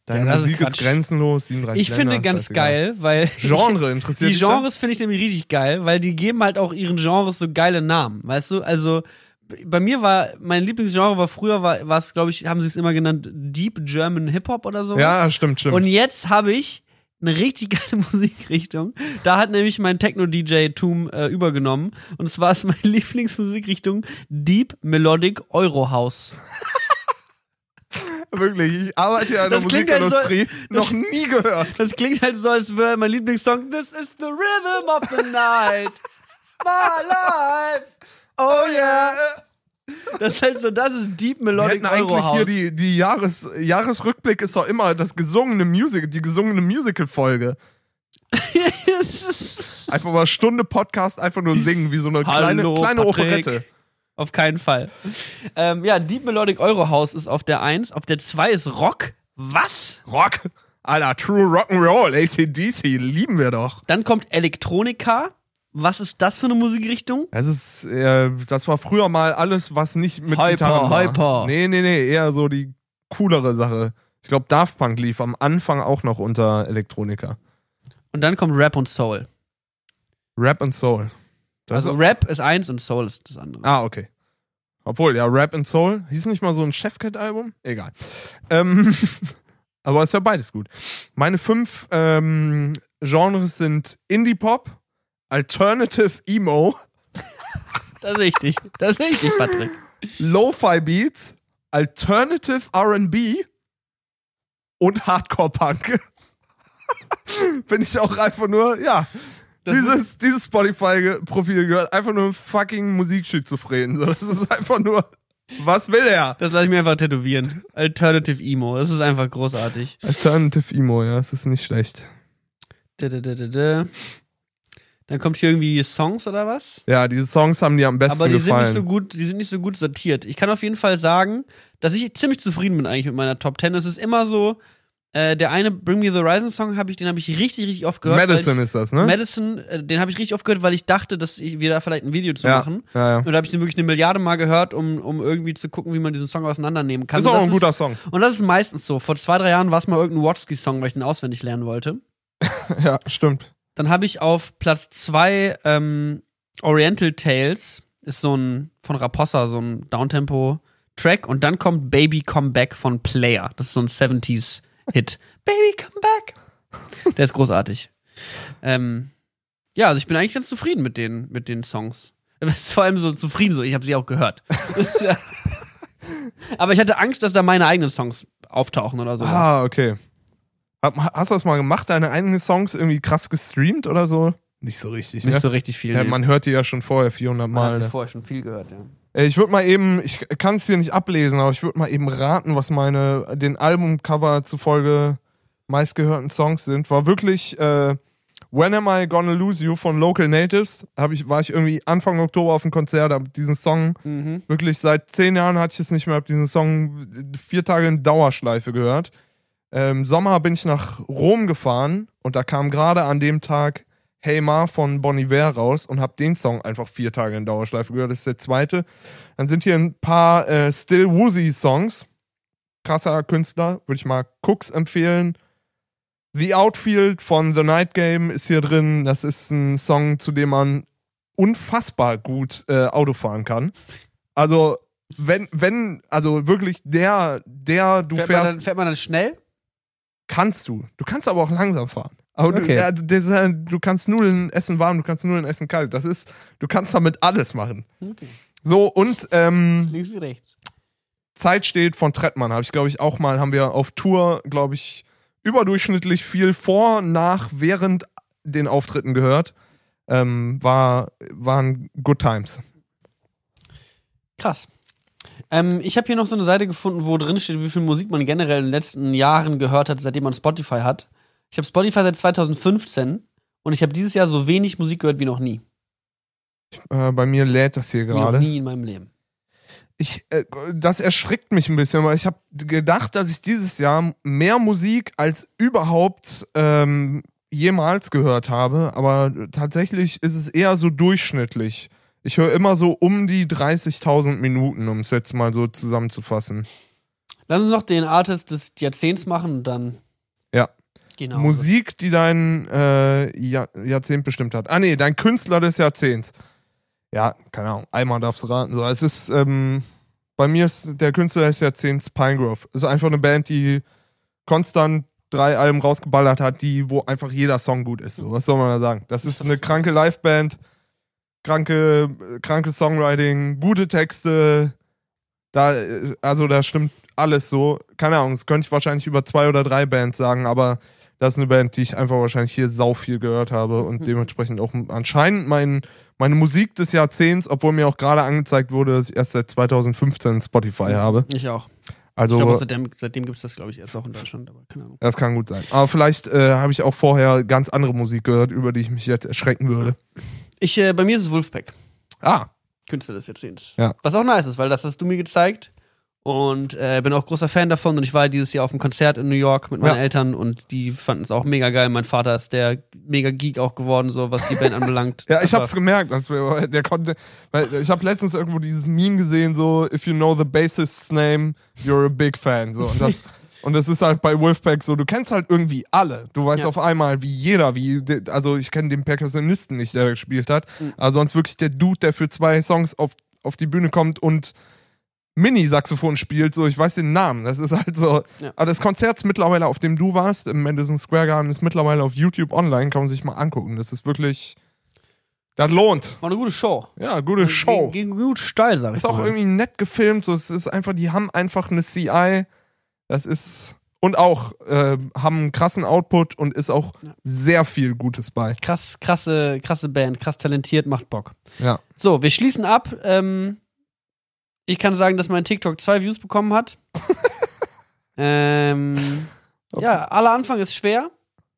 Deine Musik ist grenzenlos, 37 Ich finde ganz geil, weil Genre interessiert die dich Genres finde ich nämlich richtig geil, weil die geben halt auch ihren Genres so geile Namen, weißt du? Also bei mir mein Lieblingsgenre war früher, war es, glaube ich, haben sie es immer genannt, Deep German Hip-Hop oder sowas. Ja, stimmt. Und jetzt habe ich eine richtig geile Musikrichtung. Da hat nämlich mein Techno-DJ-Tum übergenommen. Und zwar ist meine Lieblingsmusikrichtung Deep Melodic Eurohouse. Wirklich, ich arbeite ja in der Musikindustrie, halt noch nie gehört. Das klingt halt so, als wäre mein Lieblingssong This is the rhythm of the night, my life, oh yeah. Das ist halt so, das ist Deep Melodic Eurohouse. Eigentlich hier die Jahresrückblick ist doch immer die gesungene Musical-Folge. Einfach mal Stunde Podcast, einfach nur singen, wie so eine kleine Operette. Auf keinen Fall. Ja, Deep Melodic Eurohouse ist auf der 1. Auf der 2 ist Rock. Was? Rock? Alter, True Rock'n'Roll, AC/DC, lieben wir doch. Dann kommt Elektronika. Was ist das für eine Musikrichtung? Das war früher mal alles, was nicht mit Gitarren war. Hyper. Nee, eher so die coolere Sache. Ich glaube, Daft Punk lief am Anfang auch noch unter Elektronika. Und dann kommt Rap und Soul. Rap und Soul. Also Rap ist 1 und Soul ist das andere. Ah, okay. Obwohl, ja, Rap and Soul, hieß nicht mal so ein Chefcat-Album? Egal. Aber ist ja beides gut. Meine 5 Genres sind Indie-Pop, Alternative Emo. Das ist richtig, Patrick. Lo-Fi Beats, Alternative R&B und Hardcore-Punk. Bin ich auch einfach nur, ja... Dieses Spotify-Profil gehört einfach nur fucking Musikschizophren. So, das ist einfach nur, was will er? Das lasse ich mir einfach tätowieren. Alternative Emo, das ist einfach großartig. Alternative Emo, ja, das ist nicht schlecht. Dann kommt hier irgendwie Songs oder was? Ja, diese Songs haben dir am besten gefallen. Aber die sind nicht so gut sortiert. Ich kann auf jeden Fall sagen, dass ich ziemlich zufrieden bin eigentlich mit meiner Top 10. Es ist immer so, der eine Bring Me the Horizon Song, den habe ich richtig, richtig oft gehört. Madison ist das, ne? Madison, den habe ich richtig oft gehört, weil ich dachte, dass wir da vielleicht ein Video zu machen. Ja. Und da habe ich den wirklich 1 Milliarde Mal gehört, um irgendwie zu gucken, wie man diesen Song auseinandernehmen kann. Ist auch ein guter Song. Und das ist meistens so. Vor 2-3 Jahren war es mal irgendein Watsky-Song, weil ich den auswendig lernen wollte. Ja, stimmt. Dann habe ich auf Platz 2 Oriental Tales, ist so ein von Raposa, so ein Downtempo-Track. Und dann kommt Baby Come Back von Player. Das ist so ein 70s Hit. Baby, come back. Der ist großartig. Ja, also ich bin eigentlich ganz zufrieden mit den Songs. Vor allem so zufrieden, so ich habe sie auch gehört. Aber ich hatte Angst, dass da meine eigenen Songs auftauchen oder sowas. Ah, okay. Hast du das mal gemacht, deine eigenen Songs irgendwie krass gestreamt oder so? Nicht so richtig, ne? Nicht so richtig viel. Ja, man hört die ja schon vorher 400 Mal. Man hat sie vorher schon viel gehört, ja. Ich würde mal eben, ich kann es hier nicht ablesen, aber ich würde mal eben raten, was den Albumcover zufolge meistgehörten Songs sind. War wirklich When Am I Gonna Lose You von Local Natives. War ich irgendwie Anfang Oktober auf dem Konzert, hab diesen Song wirklich seit 10 Jahren hatte ich es nicht mehr, hab diesen Song 4 Tage in Dauerschleife gehört. Im Sommer bin ich nach Rom gefahren und da kam gerade an dem Tag Hey Ma von Bon Iver raus und hab den Song einfach 4 Tage in Dauerschleife gehört. Das ist der zweite. Dann sind hier ein paar Still Woozy Songs. Krasser Künstler. Würde ich mal Cooks empfehlen. The Outfield von The Night Game ist hier drin. Das ist ein Song, zu dem man unfassbar gut Auto fahren kann. Also, also wirklich fährt man dann schnell? Kannst du. Du kannst aber auch langsam fahren. Aber okay. du kannst Nudeln essen warm, du kannst Nudeln essen kalt. Du kannst damit alles machen. Okay. So, und links wie rechts. Zeit steht von Trettmann. Haben wir auf Tour, glaube ich, überdurchschnittlich viel vor, nach, während den Auftritten gehört. Waren good times. Krass. Ich habe hier noch so eine Seite gefunden, wo drin steht, wie viel Musik man generell in den letzten Jahren gehört hat, seitdem man Spotify hat. Ich habe Spotify seit 2015 und ich habe dieses Jahr so wenig Musik gehört wie noch nie. Bei mir lädt das hier gerade. Noch nie in meinem Leben. Das erschrickt mich ein bisschen, weil ich habe gedacht, dass ich dieses Jahr mehr Musik als überhaupt jemals gehört habe, aber tatsächlich ist es eher so durchschnittlich. Ich höre immer so um die 30.000 Minuten, um es jetzt mal so zusammenzufassen. Lass uns noch den Artist des Jahrzehnts machen und dann. Ja. Genau. Musik, die dein Jahrzehnt bestimmt hat. Ah, nee, dein Künstler des Jahrzehnts. Ja, keine Ahnung. Einmal darfst du raten. So, es ist, bei mir ist der Künstler des Jahrzehnts Pinegrove. Es ist einfach eine Band, die konstant 3 Alben rausgeballert hat, wo einfach jeder Song gut ist. So, was soll man da sagen? Das ist eine kranke Liveband, kranke Songwriting, gute Texte. Da stimmt alles so. Keine Ahnung, das könnte ich wahrscheinlich über 2 oder 3 Bands sagen, aber das ist eine Band, die ich einfach wahrscheinlich hier sau viel gehört habe und dementsprechend auch anscheinend meine Musik des Jahrzehnts, obwohl mir auch gerade angezeigt wurde, dass ich erst seit 2015 Spotify habe. Ich auch. Also, ich glaube, seitdem gibt es das, glaube ich, erst auch in Deutschland, aber keine Ahnung. Das kann gut sein. Aber vielleicht habe ich auch vorher ganz andere Musik gehört, über die ich mich jetzt erschrecken würde. Bei mir ist es Wolfpack. Ah. Künstler des Jahrzehnts. Ja. Was auch nice ist, weil das hast du mir gezeigt. Und bin auch großer Fan davon. Und ich war dieses Jahr auf einem Konzert in New York mit meinen Eltern und die fanden es auch mega geil. Mein Vater ist der mega Geek auch geworden, so was die Band anbelangt. Ja, ich hab's gemerkt. Ich habe letztens irgendwo dieses Meme gesehen, so, if you know the bassist's name, you're a big fan. So, und das ist halt bei Wolfpack so, du kennst halt irgendwie alle. Du weißt auf einmal, wie jeder, also ich kenne den Perkussionisten nicht, der gespielt hat, aber sonst wirklich der Dude, der für 2 Songs auf die Bühne kommt und Mini-Saxophon spielt, so, ich weiß den Namen. Das ist halt so. Ja. Aber das Konzert mittlerweile, auf dem du warst, im Madison Square Garden, ist mittlerweile auf YouTube online, kann man sich mal angucken. Das ist wirklich. Das lohnt. War eine gute Show. Ja, gute Show. Ging gut steil, sag ich mal. Ist auch irgendwie nett gefilmt, so, es ist einfach, die haben einfach eine CI. Das ist. Und auch haben einen krassen Output und ist auch sehr viel Gutes bei. Krasse Band, krass talentiert, macht Bock. Ja. So, wir schließen ab. Ich kann sagen, dass mein TikTok 2 Views bekommen hat. Ja, aller Anfang ist schwer.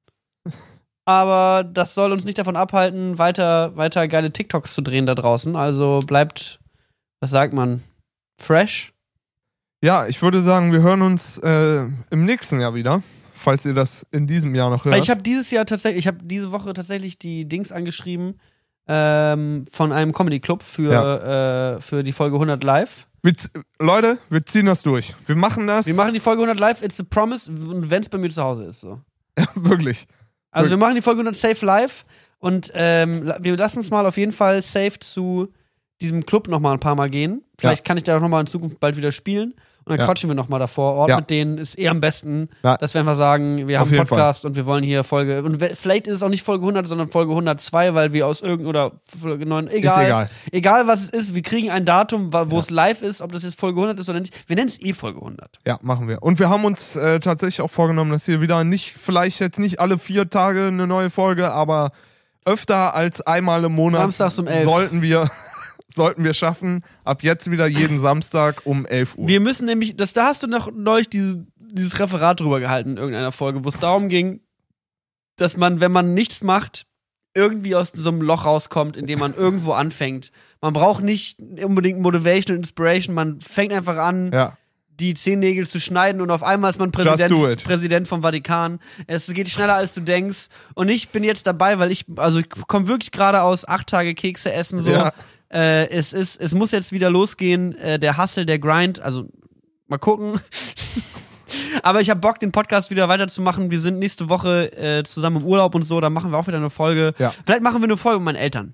Aber das soll uns nicht davon abhalten, weiter geile TikToks zu drehen da draußen. Also bleibt, was sagt man, fresh. Ja, ich würde sagen, wir hören uns im nächsten Jahr wieder, falls ihr das in diesem Jahr noch hört. Ich habe diese Woche tatsächlich die Dings angeschrieben von einem Comedy-Club für die Folge 100 live. Leute, wir ziehen das durch. Wir machen das. Wir machen die Folge 100 live, it's a promise, wenn es bei mir zu Hause ist. So. Ja, wirklich. Also wir machen die Folge 100 safe live und wir lassen uns mal auf jeden Fall safe zu diesem Club nochmal ein paar Mal gehen. Vielleicht kann ich da auch nochmal in Zukunft bald wieder spielen. Und dann quatschen wir nochmal davor. Ort mit denen ist am besten, dass wir einfach sagen, wir haben einen Podcast und wir wollen hier Folge. Und vielleicht ist es auch nicht Folge 100, sondern Folge 102, weil wir aus oder Folge 9. Egal. Egal, was es ist. Wir kriegen ein Datum, wo es live ist, ob das jetzt Folge 100 ist oder nicht. Wir nennen es Folge 100. Ja, machen wir. Und wir haben uns tatsächlich auch vorgenommen, dass hier wieder vielleicht jetzt nicht alle 4 Tage eine neue Folge, aber öfter als einmal im Monat Samstags um 11. sollten wir schaffen, ab jetzt wieder jeden Samstag um 11 Uhr. Wir müssen nämlich, da hast du noch neulich dieses Referat drüber gehalten in irgendeiner Folge, wo es darum ging, dass man, wenn man nichts macht, irgendwie aus so einem Loch rauskommt, in dem man irgendwo anfängt. Man braucht nicht unbedingt Motivational Inspiration, man fängt einfach an, die Zehennägel zu schneiden und auf einmal ist man Präsident vom Vatikan. Es geht schneller, als du denkst. Und ich bin jetzt dabei, weil ich komme wirklich gerade aus 8 Tage Kekse essen, so. Ja. Es muss jetzt wieder losgehen, der Hustle, der Grind, also mal gucken. Aber ich habe Bock, den Podcast wieder weiterzumachen. Wir sind nächste Woche zusammen im Urlaub und so, da machen wir auch wieder eine Folge. Ja. Vielleicht machen wir eine Folge mit meinen Eltern.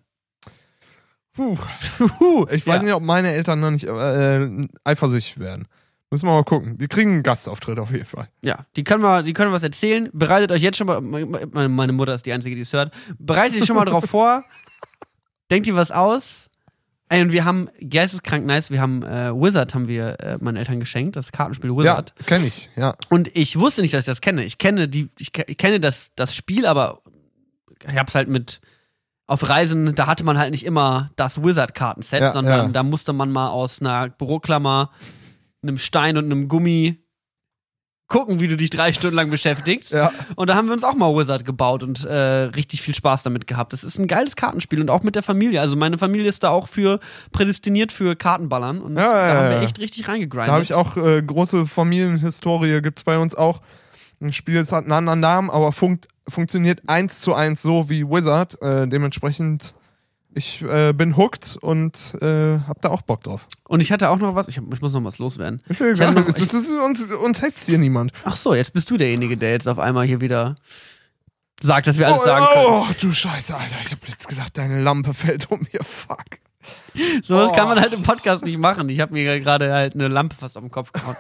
Ich weiß nicht, ob meine Eltern noch nicht eifersüchtig werden. Müssen wir mal gucken. Die kriegen einen Gastauftritt auf jeden Fall. Ja, die können was erzählen. Bereitet euch jetzt schon mal, meine Mutter ist die Einzige, die es hört. Bereitet euch schon mal drauf vor. Denkt ihr was aus? Und wir haben, geisteskrank nice, wir haben Wizard haben wir meinen Eltern geschenkt, das Kartenspiel Wizard. Ja, kenne ich, ja. Und ich wusste nicht, dass ich das kenne. Ich kenne das Spiel, aber ich hab's halt auf Reisen, da hatte man halt nicht immer das Wizard-Kartenset, sondern da musste man mal aus einer Büroklammer, einem Stein und einem Gummi gucken, wie du dich 3 Stunden lang beschäftigst. Ja. Und da haben wir uns auch mal Wizard gebaut und richtig viel Spaß damit gehabt. Das ist ein geiles Kartenspiel und auch mit der Familie. Also meine Familie ist da auch prädestiniert für Kartenballern und da haben wir echt richtig reingegrindet. Da habe ich auch große Familienhistorie, gibt's bei uns auch. Ein Spiel, das hat einen anderen Namen, aber funktioniert 1:1 so wie Wizard. Dementsprechend Ich bin hooked und hab da auch Bock drauf. Und ich hatte auch noch was, ich muss noch was loswerden. Uns hetzt hier niemand. Ach so, jetzt bist du derjenige, der jetzt auf einmal hier wieder sagt, dass wir alles sagen können. Oh, du Scheiße, Alter. Ich hab jetzt gedacht, deine Lampe fällt um mir. Fuck. So kann man halt im Podcast nicht machen. Ich habe mir gerade halt eine Lampe fast auf den Kopf gehauen.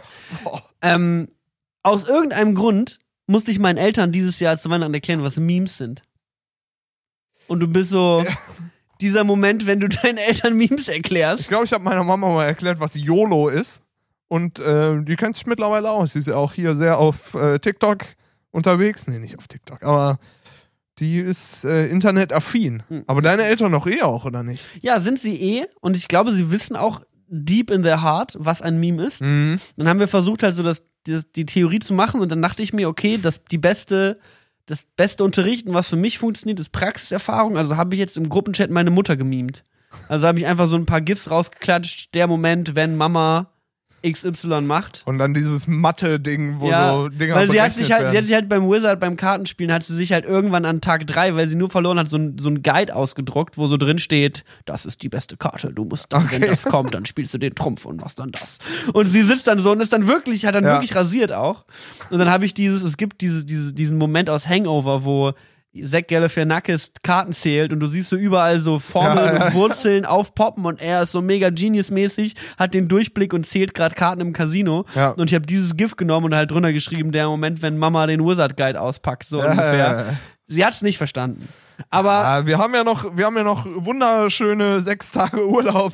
Aus irgendeinem Grund musste ich meinen Eltern dieses Jahr zu Weihnachten erklären, was Memes sind. Und du bist so... Ja. Dieser Moment, wenn du deinen Eltern Memes erklärst. Ich glaube, ich habe meiner Mama mal erklärt, was YOLO ist. Und die kennt sich mittlerweile aus. Sie ist ja auch hier sehr auf TikTok unterwegs. Nee, nicht auf TikTok, aber die ist internetaffin. Aber deine Eltern noch auch, oder nicht? Ja, sind sie Und ich glaube, sie wissen auch deep in their heart, was ein Meme ist. Mhm. Dann haben wir versucht, halt so die Theorie zu machen. Und dann dachte ich mir, okay, das beste Unterrichten, was für mich funktioniert, ist Praxiserfahrung. Also habe ich jetzt im Gruppenchat meine Mutter gemimt. Also habe ich einfach so ein paar GIFs rausgeklatscht, der Moment, wenn Mama XY macht. Und dann dieses Mathe-Ding, wo so Dinger weil sie hat sich halt beim Wizard, beim Kartenspielen, hat sie sich halt irgendwann an Tag 3, weil sie nur verloren hat, so ein Guide ausgedruckt, wo so drin steht, das ist die beste Karte, du musst dann, wenn das kommt, dann spielst du den Trumpf und machst dann das. Und sie sitzt dann so und ist dann wirklich, hat dann wirklich rasiert auch. Und dann habe ich es gibt diesen Moment aus Hangover, wo Zach Galifianakis Karten zählt und du siehst so überall so Formeln und Wurzeln aufpoppen und er ist so mega Genius-mäßig, hat den Durchblick und zählt gerade Karten im Casino. Ja. Und ich habe dieses GIF genommen und halt drunter geschrieben, der Moment, wenn Mama den Wizard Guide auspackt, so ungefähr. Sie hat es nicht verstanden. Aber wir haben ja noch wunderschöne 6 Tage Urlaub.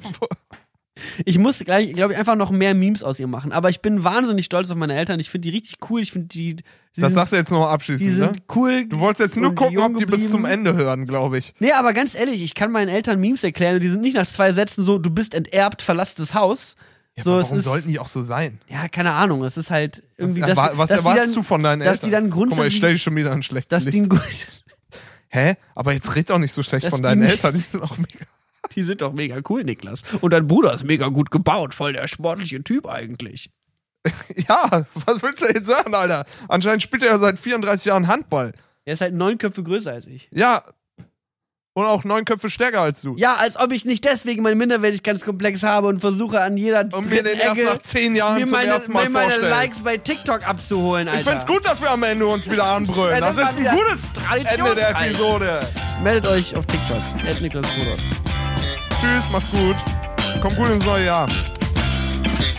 Ich muss gleich, glaube ich, einfach noch mehr Memes aus ihr machen. Aber ich bin wahnsinnig stolz auf meine Eltern. Ich finde die richtig cool. Ich finde die. Das sagst du jetzt noch abschließend, die sind cool. Du wolltest jetzt nur gucken, ob die bis zum Ende hören, glaube ich. Nee, aber ganz ehrlich, ich kann meinen Eltern Memes erklären und die sind nicht nach 2 Sätzen so, du bist enterbt, verlass das Haus. Ja, so, warum sollten die auch so sein? Ja, keine Ahnung. Es ist halt irgendwie. Was erwartest du von deinen Eltern? Dass die dann grundsätzlich. Guck mal, ich stell dich schon wieder ein schlechtes Licht. Hä? Aber jetzt red doch nicht so schlecht von deinen Eltern. Die sind auch mega. Die sind doch mega cool, Niklas. Und dein Bruder ist mega gut gebaut. Voll der sportliche Typ eigentlich. Ja, was willst du jetzt sagen, Alter? Anscheinend spielt er ja seit 34 Jahren Handball. Er ist halt 9 Köpfe größer als ich. Ja. Und auch 9 Köpfe stärker als du. Ja, als ob ich nicht deswegen meinen Minderwertigkeitskomplex habe und versuche an jeder und mir den erst nach 10 Jahren zum ersten Mal vorstellen. Mir meine Likes bei TikTok abzuholen, Alter. Ich find's gut, dass wir am Ende uns wieder anbrüllen. Das ist ein gutes Ende der Episode. Meldet euch auf TikTok. @NiklasRudolph. Tschüss, macht's gut. Kommt gut ins neue Jahr.